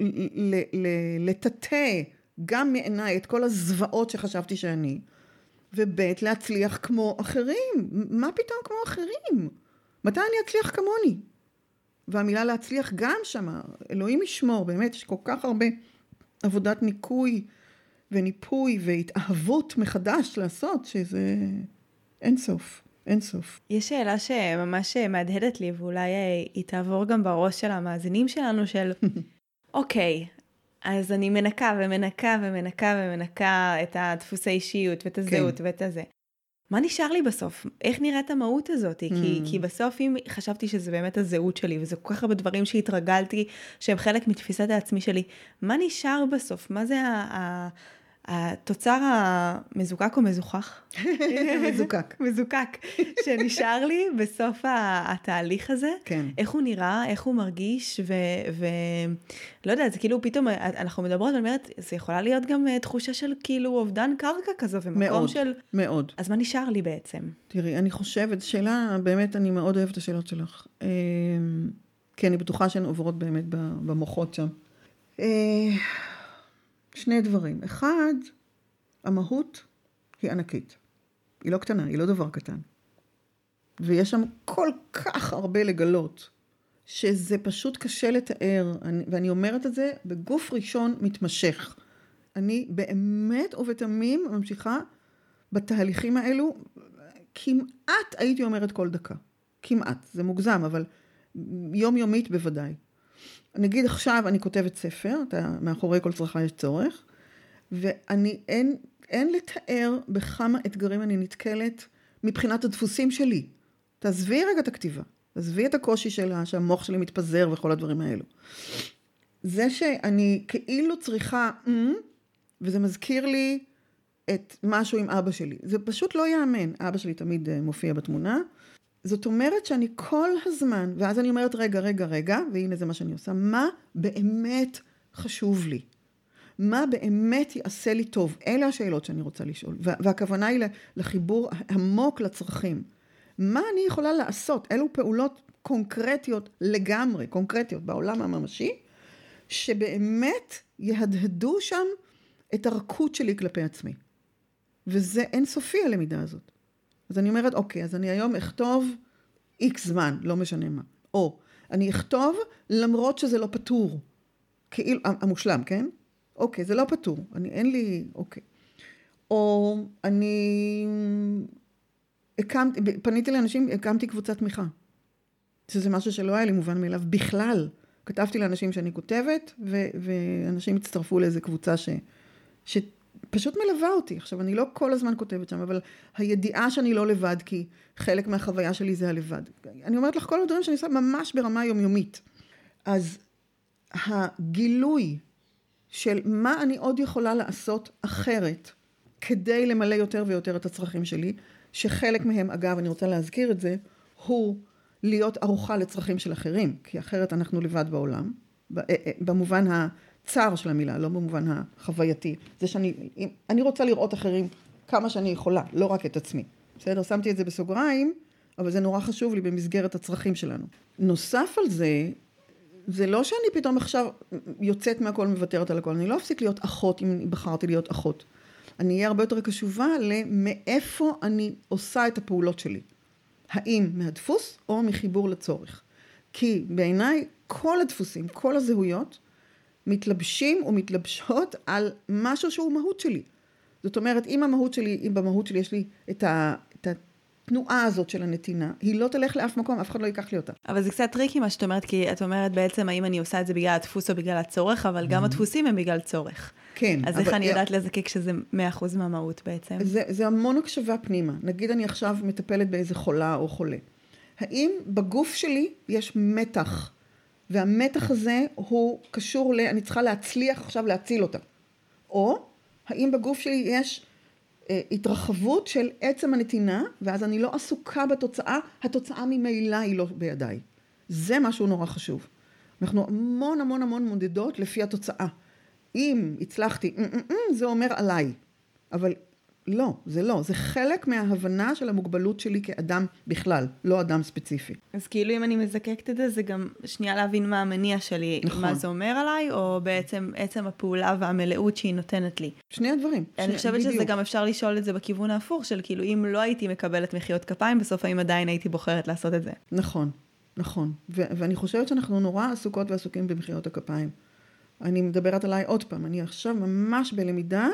לטאטא גם מעיניי את כל הזוועות שחשבתי שאני, וב', להצליח כמו אחרים. מה פתאום כמו אחרים? מתי אני אצליח כמוני? והמילה להצליח גם שמה, אלוהים ישמור, באמת, יש כל כך הרבה עבודת ניקוי וניפוי והתאהבות מחדש לעשות, שזה אין סוף, אין סוף. יש שאלה שממש מהדהדת לי, ואולי היא תעבור גם בראש של המאזינים שלנו, של אוקיי, אז אני מנקה ומנקה ומנקה ומנקה את הדפוסי אישיות ואת הזהות ואת הזה. מה נשאר לי בסוף? איך נראית המהות הזאת? כי בסוף אם חשבתי שזה באמת הזהות שלי, וזה כל כך הרבה דברים שהתרגלתי, שהם חלק מתפיסת העצמי שלי, מה נשאר בסוף? מה זה התוצר המזוקק או מזוכח? מזוקק. מזוקק, שנשאר לי בסוף התהליך הזה. כן. איך הוא נראה, איך הוא מרגיש, לא יודע, זה כאילו פתאום, אנחנו מדברות, אני אומרת, זה יכולה להיות גם תחושה של כאילו אובדן קרקע כזו, ומקום מאוד, של... מאוד. אז מה נשאר לי בעצם? תראי, אני חושבת, שאלה, באמת אני מאוד אוהבת את השאלות שלך. כי אני בטוחה שהן עוברות באמת במוחות שם. שני דברים. אחד, המהות היא ענקית. היא לא קטנה, היא לא דבר קטן. ויש שם כל כך הרבה לגלות, שזה פשוט קשה לתאר, ואני אומרת את זה בגוף ראשון מתמשך. אני באמת ובתמים ממשיכה בתהליכים האלו, כמעט הייתי אומרת כל דקה. כמעט, זה מוגזם, אבל יומיומית בוודאי. נגיד עכשיו אני כותבת ספר, מאחורי כל צרחה יש צורך, ואני אין לתאר בכמה אתגרים אני נתקלת מבחינת הדפוסים שלי. תעזבי רגע את הכתיבה, תעזבי את הקושי שלה, שהמוח שלי מתפזר וכל הדברים האלו. זה שאני כאילו צריכה, וזה מזכיר לי את משהו עם אבא שלי. זה פשוט לא יאמן. אבא שלי תמיד מופיע בתמונה. זאת אומרת שאני כל הזמן, ואז אני אומרת רגע, והנה זה מה שאני עושה, מה באמת חשוב לי? מה באמת יעשה לי טוב? אלה השאלות שאני רוצה לשאול. והכוונה היא לחיבור עמוק לצרכים. מה אני יכולה לעשות? אלו פעולות קונקרטיות לגמרי, קונקרטיות בעולם הממשי, שבאמת יהדהדו שם את הרכות שלי כלפי עצמי. וזה אינסופי הלמידה הזאת. אז אני אומרת, אוקיי, אז אני היום אכתוב X זמן, לא משנה מה. או, אני אכתוב למרות שזה לא פתור. כאילו, המושלם, כן? אוקיי, זה לא פתור. אין לי, אוקיי. או, פניתי לאנשים, הקמתי קבוצת תמיכה. שזה משהו שלא היה לי מובן מאליו בכלל. כתבתי לאנשים שאני כותבת, ואנשים הצטרפו לאיזו קבוצה שפשוט מלווה אותי. עכשיו, אני לא כל הזמן כותבת שם, אבל הידיעה שאני לא לבד, כי חלק מהחוויה שלי זה הלבד. אני אומרת לך כל הדברים שאני עושה ממש ברמה יומיומית. אז הגילוי של מה אני עוד יכולה לעשות אחרת, כדי למלא יותר ויותר את הצרכים שלי, שחלק מהם, אגב, אני רוצה להזכיר את זה, הוא להיות ערוכה לצרכים של אחרים, כי אחרת אנחנו לבד בעולם, במובן הצער של המילה, לא במובן החווייתי. זה אני רוצה לראות אחרים כמה שאני יכולה, לא רק את עצמי. בסדר, שמתי את זה בסוגריים, אבל זה נורא חשוב לי במסגרת הצרכים שלנו. נוסף על זה, זה לא שאני פתאום עכשיו יוצאת מהכל, מוותרת על הכל. אני לא אפסיק להיות אחות אם בחרתי להיות אחות. אני אהיה הרבה יותר קשובה למאיפה אני עושה את הפעולות שלי. האם מהדפוס או מחיבור לצורך. כי בעיניי כל הדפוסים, כל הזהויות, מתלבשים ומתלבשות על משהו שהוא מהות שלי. זאת אומרת, אם במהות שלי יש לי את התנועה הזאת של הנתינה, היא לא תלך לאף מקום, אף אחד לא ייקח לי אותה. אבל זה קצת טריקי מה שאת אומרת, כי את אומרת בעצם האם אני עושה את זה בגלל הדפוס או בגלל הצורך, אבל גם הדפוסים הם בגלל צורך. כן. אז איך אני יודעת לזקק שזה 100% מהמהות בעצם? זה המון הקשבה פנימה. נגיד אני עכשיו מטפלת באיזה חולה או חולה. האם בגוף שלי יש מתח, והמתח הזה הוא קשור אני צריכה להצליח עכשיו להציל אותה. או האם בגוף שלי יש התרחבות של עצם הנתינה, ואז אני לא עסוקה בתוצאה, התוצאה ממילא היא לא בידיי. זה משהו נורא חשוב. אנחנו המון מודדות לפי התוצאה. אם הצלחתי, זה אומר עליי. אבל לא, זה לא. זה חלק מההבנה של המוגבלות שלי כאדם בכלל, לא אדם ספציפי. אז כאילו אם אני מזקקת את זה, זה גם שנייה להבין מה המניע שלי, נכון. מה זה אומר עליי, או בעצם עצם הפעולה והמלאות שהיא נותנת לי. שני הדברים. אני חושבת שזה גם אפשר לשאול את זה בכיוון ההפוך, של כאילו אם לא הייתי מקבלת מחיאות כפיים, בסוף האם עדיין הייתי בוחרת לעשות את זה. נכון. ואני חושבת שאנחנו נורא עסוקות ועסוקים במחיאות הכפיים. אני מדברת עליי עוד פעם, אני עכשיו ממש בלמידה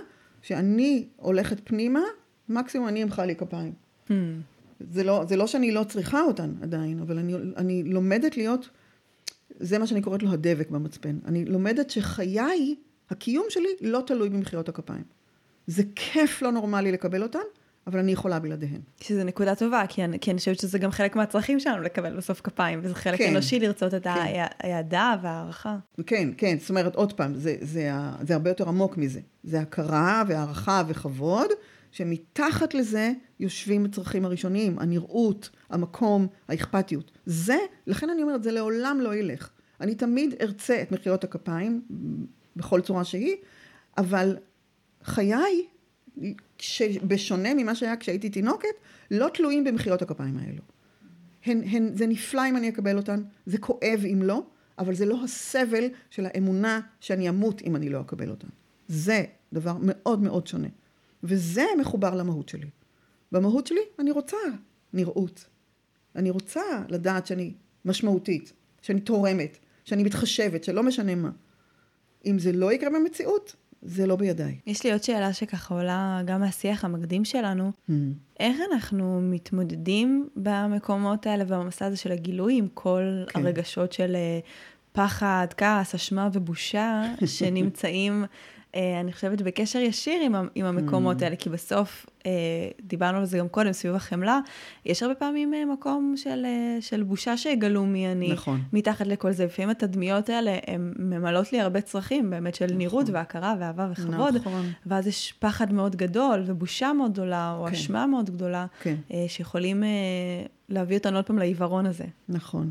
שאני הולכת פנימה, מקסימום אני אמחא לי כפיים. זה לא שאני לא צריכה אותן עדיין, אבל אני לומדת להיות, זה מה שאני קוראת לו הדבק במצפן. אני לומדת שחיי, הקיום שלי לא תלוי במחיאות הכפיים. זה כיף לא נורמלי לקבל אותן, אבל אני יכולה בלעדיהן. שזה נקודה טובה, כי אני חושבת שזה גם חלק מהצרכים שלנו לקבל בסוף כפיים, וזה חלק אנושי לרצות את הידע והערכה. כן, כן, זאת אומרת, עוד פעם, זה הרבה יותר עמוק מזה. זה הכרה והערכה וכבוד, שמתחת לזה יושבים הצרכים הראשוניים, הנראות, המקום, האכפתיות. זה, לכן אני אומרת, זה לעולם לא ילך. אני תמיד ארצה את מחיאות הכפיים, בכל צורה שהיא, אבל חיי, שבשונה ממה שהיה כשהייתי תינוקת, לא תלויים במחיאות הכפיים האלו. זה נפלא אם אני אקבל אותן, זה כואב אם לא, אבל זה לא הסבל של האמונה שאני אמות אם אני לא אקבל אותן. זה דבר מאוד מאוד שונה. וזה מחובר למהות שלי. במהות שלי אני רוצה נראות. אני רוצה לדעת שאני משמעותית, שאני תורמת, שאני מתחשבת, שלא משנה מה. אם זה לא יקרה במציאות, זה לא בידיי. יש לי עוד שאלה שככה עולה גם מהשיח המקדים שלנו. איך אנחנו מתמודדים במקומות האלה ובמסע הזה של הגילוי עם כל הרגשות של פחד, כעס, אשמה ובושה שנמצאים, אני חושבת, בקשר ישיר עם המקומות האלה, כי בסוף, דיברנו על זה גם קודם, סביב החמלה, יש הרבה פעמים מקום של בושה שהגלו מי אני, נכון. מתחת לכל זה. לפעמים התדמיות האלה, הן ממלאות לי הרבה צרכים, באמת של נראות והכרה ואהבה וכבוד, ואז יש פחד מאוד גדול, ובושה מאוד גדולה, או אשמה מאוד גדולה, שיכולים להביא אותנו עוד פעם לעיוורון הזה. נכון.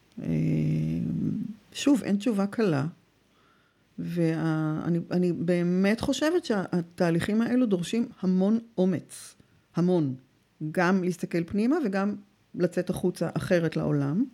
שוב, אין תשובה קלה, ואני באמת חושבת שהתהליכים האלו דורשים המון אומץ, המון, גם להסתכל פנימה וגם לצאת החוצה אחרת לעולם,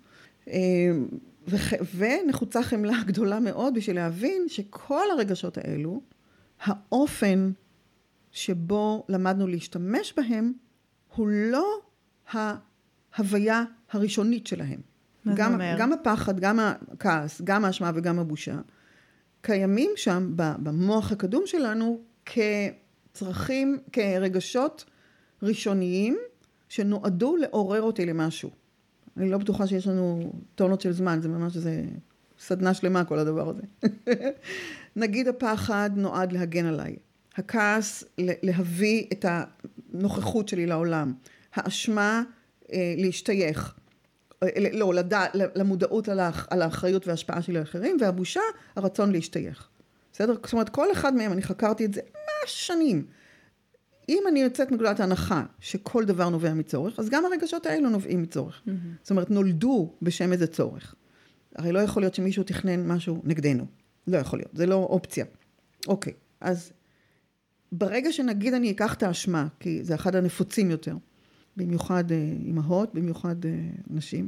ונחוצה חמלה גדולה מאוד בשביל להבין שכל הרגשות האלו, האופן שבו למדנו להשתמש בהם, הוא לא ההוויה הראשונית שלהם. גם הפחד, גם הכעס, גם האשמה וגם הבושה, קיימים שם במוח הקדום שלנו כצרכים, כרגשות ראשוניים שנועדו לעורר אותי למשהו. אני לא בטוחה שיש לנו טונות של זמן, זה ממש סדנה שלמה כל הדבר הזה. נגיד הפחד נועד להגן עליי, הכעס להביא את הנוכחות שלי לעולם, האשמה להשתייך, לא, למודעות על האחריות וההשפעה שלי לאחרים, והבושה, הרצון להשתייך. בסדר? זאת אומרת, כל אחד מהם, אני חקרתי את זה שנים. אם אני יוצאת מגולת ההנחה שכל דבר נובע מצורך, אז גם הרגשות האלו נובעים מצורך. זאת אומרת, נולדו בשם איזה צורך. הרי לא יכול להיות שמישהו תכנן משהו נגדנו. לא יכול להיות, זה לא אופציה. אוקיי, אז ברגע שנגיד אני אקח את האשמה, כי זה אחד הנפוצים יותר, במיוחד אמהות, במיוחד נשים.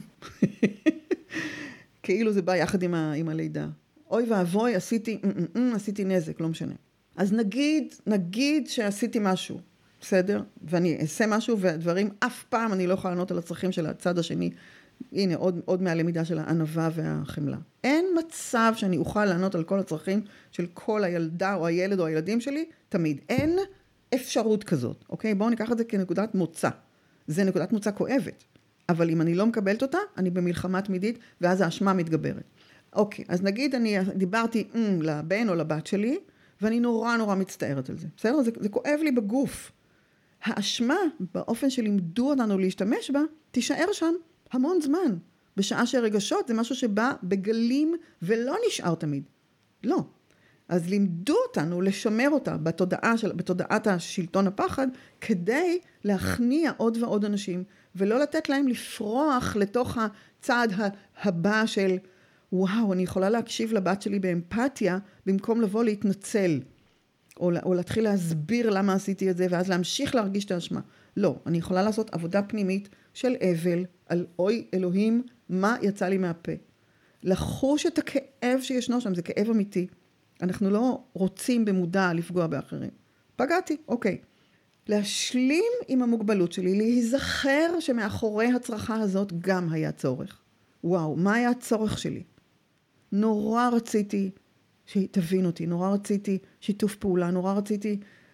כאילו זה בא יחד עם הלידה. אוי ואבוי, עשיתי נזק, לא משנה. אז נגיד שעשיתי משהו, בסדר? ואני אעשה משהו, והדברים אף פעם אני לא יכולה לענות על הצרכים של הצד השני. הנה, עוד מהלמידה של הענווה והחמלה. אין מצב שאני אוכל לענות על כל הצרכים של כל הילדה או הילד או הילדים שלי, תמיד. אין אפשרות כזאת, אוקיי? בואו ניקח את זה כנקודת מוצא. זה נקודת מוצא כואבת. אבל אם אני לא מקבלת אותה, אני במלחמה תמידית, ואז האשמה מתגברת. אוקיי, אז נגיד אני דיברתי לבן או לבת שלי, ואני נורא נורא מצטערת על זה. בסדר? זה כואב לי בגוף. האשמה, באופן שלימדו אותנו להשתמש בה, תישאר שם המון זמן. בשעה שהרגשות זה משהו שבא בגלים ולא נשאר תמיד. לא. אז לימדו אותנו לשמר אותה בתודעת השלטון הפחד, כדי להכניע עוד ועוד אנשים, ולא לתת להם לפרוח לתוך הצעד הבא של, וואו, אני יכולה להקשיב לבת שלי באמפתיה, במקום לבוא להתנצל, או להתחיל להסביר למה עשיתי את זה, ואז להמשיך להרגיש את האשמה. לא, אני יכולה לעשות עבודה פנימית של אבל, על אוי אלוהים, מה יצא לי מהפה. לחוש את הכאב שישנו שם, זה כאב אמיתי. אנחנו לא רוצים במודע לפגוע באחרים. פגעתי, אוקיי. להשלים עם המוגבלות שלי, להיזכר שמאחורי הצרכה הזאת גם היה צורך. וואו, מה היה הצורך שלי? נורא רציתי שתבין אותי, נורא רציתי שיתוף פעולה, נורא רציתי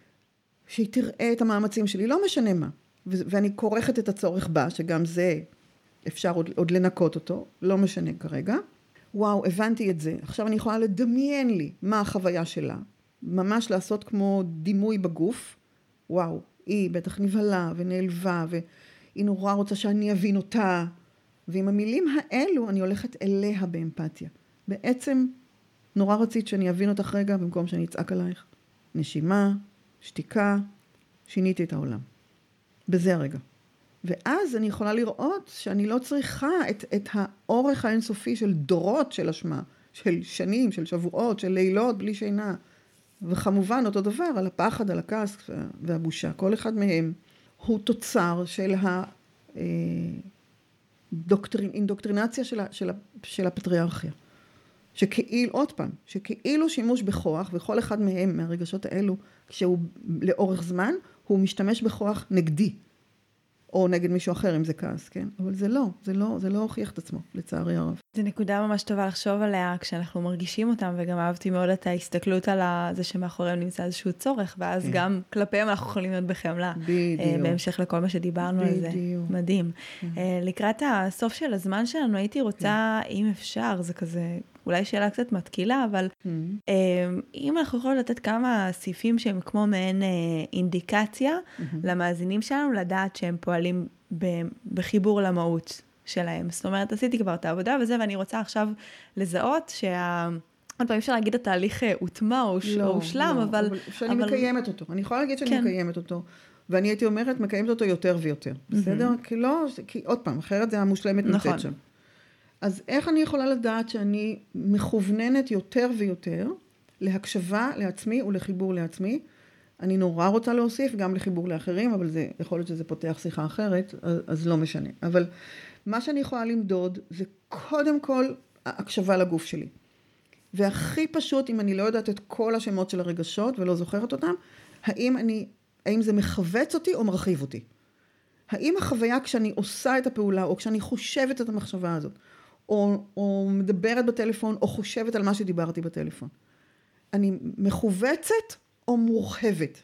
שהיא תראה את המאמצים שלי, לא משנה מה. ואני כורכת את הצורך בה, שגם זה אפשר עוד לנקות אותו, לא משנה כרגע. וואו, הבנתי את זה. עכשיו אני יכולה לדמיין לי מה החוויה שלה. ממש לעשות כמו דימוי בגוף. וואו, היא בטח נבהלה ונעלבה, והיא נורא רוצה שאני אבין אותה. ועם המילים האלו אני הולכת אליה באמפתיה. בעצם נורא רצית שאני אבין אותך רגע במקום שאני אצעק עלייך. נשימה, שתיקה, שיניתי את העולם. בזה הרגע. ואז אני יכולה לראות שאני לא צריכה את האורך האינסופי של דורות של אשמה, של שנים, של שבועות, של לילות בלי שינה. וכמובן אותו דבר על הפחד, על הכעס והבושה. כל אחד מהם הוא תוצר של האינדוקטרינציה של הפטריארכיה. שכאילו, עוד פעם, שכאילו שימוש בכוח, וכל אחד מהם מהרגשות האלו, כשהוא לאורך זמן, הוא משתמש בכוח נגדי. או נגד מישהו אחר, אם זה כעס, כן? אבל זה לא הוכיח את עצמו, לצערי הרב. זו נקודה ממש טובה לחשוב עליה, כשאנחנו מרגישים אותם, וגם אהבתי מאוד את ההסתכלות על זה שמאחוריהם נמצא איזשהו צורך, ואז גם כלפיהם אנחנו יכולים להיות בחמלה. בדיוק. בהמשך לכל מה שדיברנו על זה. מדהים. לקראת הסוף של הזמן שלנו, הייתי רוצה, אם אפשר, זה כזה, אולי שאלה קצת מתקילה, אבל אם אנחנו יכולים לתת כמה סעיפים שהם כמו מעין אינדיקציה למאזינים שלנו, לדעת שהם פועלים בחיבור למהות שלהם. זאת אומרת, עשיתי כבר את העבודה וזה, ואני רוצה עכשיו לזהות עוד פעם, אפשר להגיד התהליך הוטמע או הושלם, אבל שאני מקיימת אותו. אני יכולה להגיד שאני מקיימת אותו. ואני הייתי אומרת, מקיימת אותו יותר ויותר. בסדר? כי עוד פעם, אחרת זה המושלמת נמצאת שם. אז איך אני יכולה לדעת שאני מכווננת יותר ויותר להקשבה לעצמי ולחיבור לעצמי? אני נורא רוצה להוסיף גם לחיבור לאחרים, אבל זה יכול להיות שזה פותח שיחה אחרת, אז לא משנה. אבל מה שאני יכולה למדוד זה קודם כל הקשבה לגוף שלי. והכי פשוט, אם אני לא יודעת את כל השמות של הרגשות ולא זוכרת אותם, האם זה מחווץ אותי או מרחיב אותי? האם החוויה כשאני עושה את הפעולה, או כשאני חושבת את המחשבה הזאת, או מדברת בטלפון, או חושבת על מה שדיברתי בטלפון, אני מחובצת או מורחבת?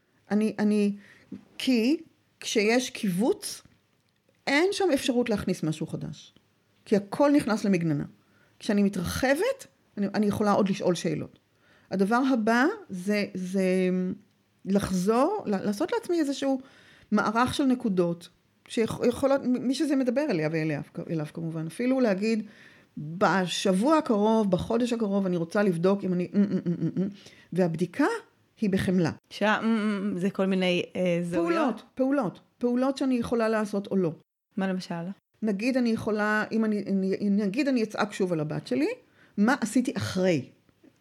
כי כשיש קיבוץ, אין שם אפשרות להכניס משהו חדש. כי הכל נכנס למגננה. כשאני מתרחבת, אני יכולה עוד לשאול שאלות. הדבר הבא זה לחזור, לעשות לעצמי איזשהו מערך של נקודות, שיכולות, מי שזה מדבר אליה ואליו כמובן, אפילו להגיד, בשבוע הקרוב, בחודש הקרוב, אני רוצה לבדוק אם אני, והבדיקה היא בחמלה. זה כל מיני זהויות? פעולות שאני יכולה לעשות או לא. מה למשל? נגיד אני יכולה, נגיד אני אצעק שוב על הבת שלי, מה עשיתי אחרי?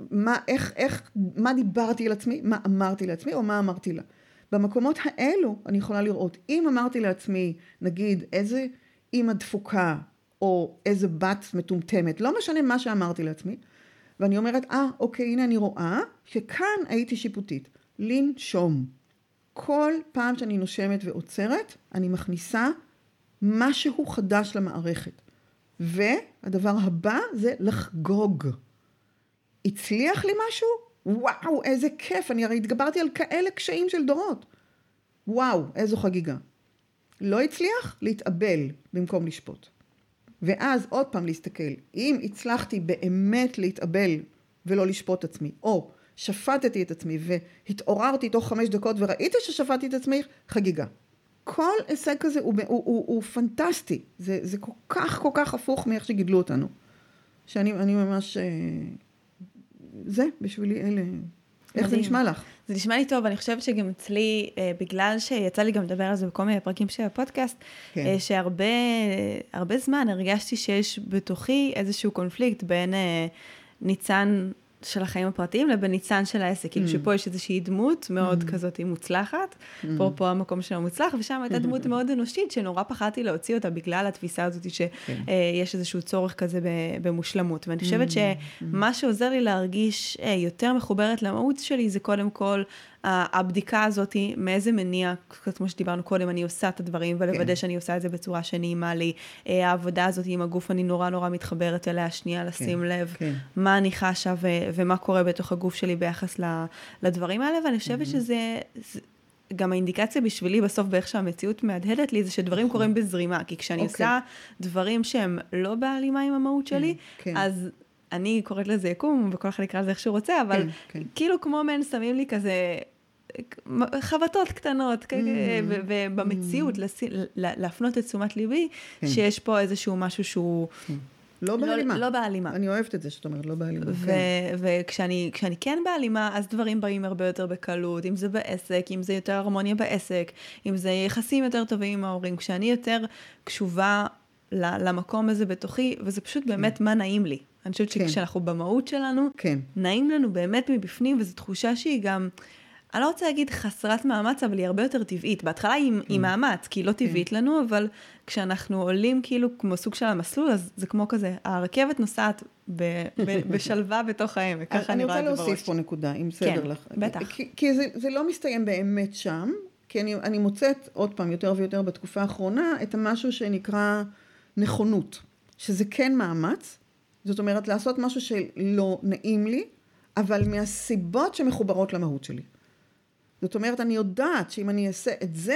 מה דיברתי על עצמי? מה אמרתי לעצמי או מה אמרתי לה? במקומות האלו אני יכולה לראות, אם אמרתי לעצמי, נגיד, איזה אמא דפוקה, או איזה בת מטומטמת, לא משנה מה שאמרתי לעצמי, ואני אומרת, אוקיי, הנה אני רואה, שכאן הייתי שיפוטית. לנשום. כל פעם שאני נושמת ועוצרת, אני מכניסה משהו חדש למערכת. והדבר הבא זה לחגוג. הצליח לי משהו? וואו, איזה כיף, אני הרי התגברתי על כאלה קשיים של דורות. וואו, איזו חגיגה. לא הצליח? להתאבל במקום לשפוט. ואז עוד פעם להסתכל, אם הצלחתי באמת להתאבל ולא לשפוט עצמי, או שפטתי את עצמי והתעוררתי תוך 5 דקות וראיתי ששפטתי את עצמי, חגיגה. כל הישג כזה הוא פנטסטי. זה כל כך הפוך מאיך שגידלו אותנו. שאני ממש... זה בשבילי אלה. איך זה נשמע לך? זה נשמע לי טוב, אני חושבת שגם אצלי, בגלל שיצא לי גם לדבר על זה בכל מיני פרקים של הפודקאסט, שהרבה זמן הרגשתי שיש בתוכי איזשהו קונפליקט בין ניצן של החיים הפרטיים לבין ניצן של העסק. כאילו שפה יש איזושהי דמות מאוד כזאת מוצלחת, פה המקום שלה מוצלח, ושם הייתה דמות מאוד אנושית, שנורא פחדתי להוציא אותה בגלל התפיסה הזאת שיש איזשהו צורך כזה במושלמות. ואני חושבת שמה שעוזר לי להרגיש יותר מחוברת למהות שלי, זה קודם כל הבדיקה הזאת, מאיזה מניע, כמו שדיברנו קודם, אני עושה את הדברים, ולוודא שאני עושה את זה בצורה שנעימה לי. העבודה הזאת עם הגוף, אני נורא מתחברת אליה, שנייה לשים לב מה אני חשה ומה קורה בתוך הגוף שלי ביחס לדברים האלה, ואני חושבת שזה, גם האינדיקציה בשבילי בסוף באיך שהמציאות מהדהדת לי, זה שדברים קורים בזרימה, כי כשאני עושה דברים שהם לא בהלימה עם המהות שלי, אז אני קוראת לזה יקום, וכל אחד יקרא לזה איך שהוא רוצה, אבל כאילו כמו מן שמים לי כזה חבטות קטנות, ובמציאות להפנות את תשומת ליבי, שיש פה איזשהו משהו שהוא לא בהלימה. לא בהלימה. אני אוהבת את זה שאת אומרת, לא בהלימה. וכשאני כן בהלימה, אז דברים באים הרבה יותר בקלות, אם זה בעסק, אם זה יותר הרמוניה בעסק, אם זה יחסים יותר טובים עם ההורים, כשאני יותר קשובה למקום הזה בתוכי, וזה פשוט באמת מה נעים לי. אני חושבת שכשאנחנו במהות שלנו, נעים לנו באמת מבפנים, וזו תחושה שהיא גם, אני לא רוצה להגיד חסרת מאמץ, אבל היא הרבה יותר טבעית. בהתחלה היא מאמץ, כי היא לא טבעית לנו, אבל כשאנחנו עולים כאילו כמו סוג של המסלול, אז זה כמו כזה, הרכבת נוסעת בשלווה בתוך העמק. אני רוצה להוסיף פה נקודה, אם בסדר לך. כן, בטח. כי זה לא מסתיים באמת שם, כי אני מוצאת עוד פעם יותר ויותר בתקופה האחרונה, את המשהו שנקרא נכונות, שזה כן מאמץ, זאת אומרת לעשות משהו שלא נעים לי, אבל מהסיבות שמחוברות למהות שלי. זאת אומרת, אני יודעת שאם אני אעשה את זה,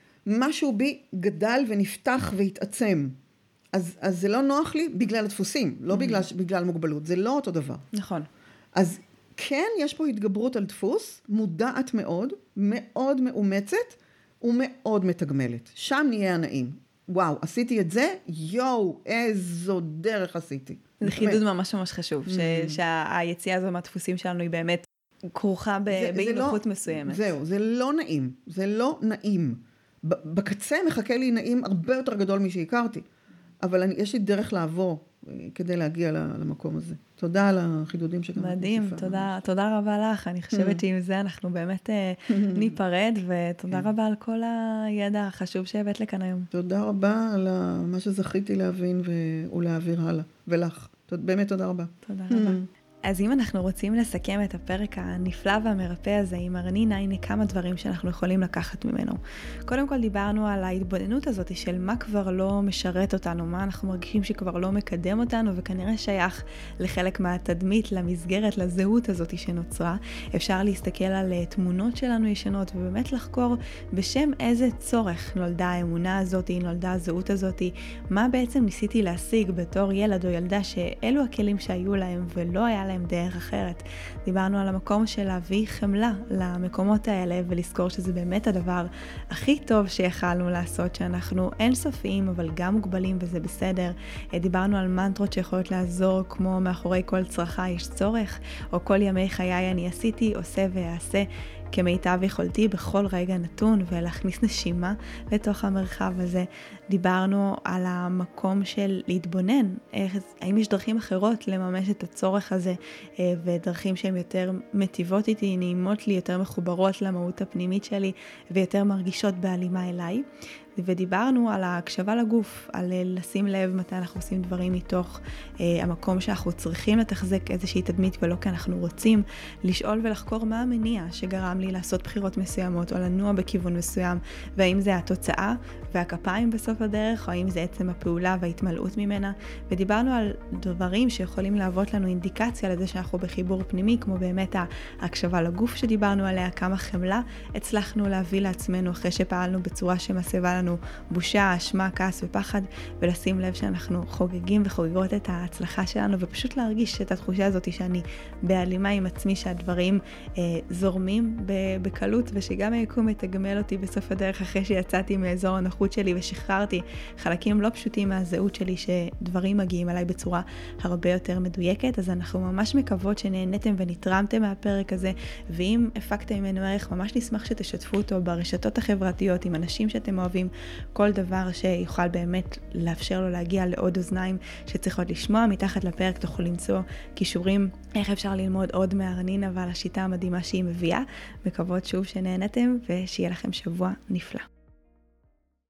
משהו בי גדל ונפתח והתעצם. אז זה לא נוח לי בגלל הדפוסים, לא בגלל מוגבלות. זה לא אותו דבר. נכון. אז כן, יש פה התגברות על דפוס, מודעת מאוד, מאוד מאומצת, ומאוד מתגמלת. שם נהיה הנעים. וואו, עשיתי את זה, יואו, איזו דרך עשיתי. זה חידוד ממש ממש חשוב, שהיציאה הזו מהדפוסים שלנו היא באמת כרוכה באי-נוחות מסוימת. זהו, זה לא נעים. זה לא נעים. בקצה מחכה לי נעים הרבה יותר גדול משהכרתי. אבל יש לי דרך לעבור כדי להגיע למקום הזה. תודה על החידודים שגם... מדהים, תודה רבה לך. אני חושבת שעם זה אנחנו באמת ניפרד, ותודה רבה על כל הידע החשוב שהבאת לכאן היום. תודה רבה על מה שזכיתי להבין ולהעביר הלאה. ולך. באמת תודה רבה. תודה רבה. אז אם אנחנו רוצים לסכם את הפרק הנפלא והמרפא הזה עם ארנין, הנה כמה דברים שאנחנו יכולים לקחת ממנו. קודם כל דיברנו על ההתבוננות הזאת של מה כבר לא משרת אותנו, מה אנחנו מרגישים שכבר לא מקדם אותנו, וכנראה שייך לחלק מהתדמית, למסגרת, לזהות הזאת שנוצרה. אפשר להסתכל על תמונות שלנו ישנות, ובאמת לחקור בשם איזה צורך נולדה האמונה הזאת, נולדה הזהות הזאת, מה בעצם ניסיתי להשיג בתור ילד או ילדה שאלו הכלים שהיו להם ולא היה להם דרך אחרת. דיברנו על המקום של להביא חמלה למקומות האלה ולזכור שזה באמת הדבר הכי טוב שיכלנו לעשות, שאנחנו אינסופיים אבל גם מוגבלים וזה בסדר. דיברנו על מנטרות שיכולות לעזור כמו מאחורי כל צרכה יש צורך, או כל ימי חיי אני עשיתי, עושה ואעשה כמיטב יכולתי בכל רגע נתון, ולהכניס נשימה לתוך המרחב הזה. דיברנו על המקום של להתבונן, האם יש דרכים אחרות לממש את הצורך הזה, ודרכים שהן יותר מטיבות איתי, נעימות לי, יותר מחוברות למהות הפנימית שלי, ויותר מרגישות בהלימה אליי. ודיברנו על ההקשבה לגוף, על לשים לב מתי אנחנו עושים דברים מתוך המקום שאנחנו צריכים לתחזק איזושהי תדמית ולא כי אנחנו רוצים, לשאול ולחקור מה המניע שגרם לי לעשות בחירות מסוימות או לנוע בכיוון מסוים, והאם זה התוצאה והכפיים בסוף הדרך, או האם זה עצם הפעולה וההתמלאות ממנה. ודיברנו על דברים שיכולים להוות לנו אינדיקציה לזה שאנחנו בחיבור פנימי, כמו באמת ההקשבה לגוף שדיברנו עליה, כמה חמלה הצלחנו להביא לעצמנו אחרי שפעלנו בצורה שמסבה לנו בושה, אשמה, כעס ופחד, ולשים לב שאנחנו חוגגים וחוגגות את ההצלחה שלנו, ופשוט להרגיש את התחושה הזאת שאני בהלימה עם עצמי, שהדברים זורמים בקלות, ושגם היקום מתגמל אותי בסוף הדרך אחרי שיצאתי מאזור הנוחות שלי ושחררתי חלקים לא פשוטים מהזהות שלי, שדברים מגיעים עליי בצורה הרבה יותר מדויקת. אז אנחנו ממש מקוות שנהנתם ונתרמתם מהפרק הזה, ואם הפקתם ממנו ערך, ממש נשמח שתשתפו אותו ברשתות החברתיות עם אנשים שאתם אוהבים, כל דבר שיוכל באמת לאפשר לו להגיע לעוד אוזניים שצריכות לשמוע. מתחת לפרק תוכלו למצוא קישורים איך אפשר ללמוד עוד מארנינה ועל השיטה המדהימה שהיא מביאה. מקוות שוב שנהנתם ושיהיה לכם שבוע נפלא.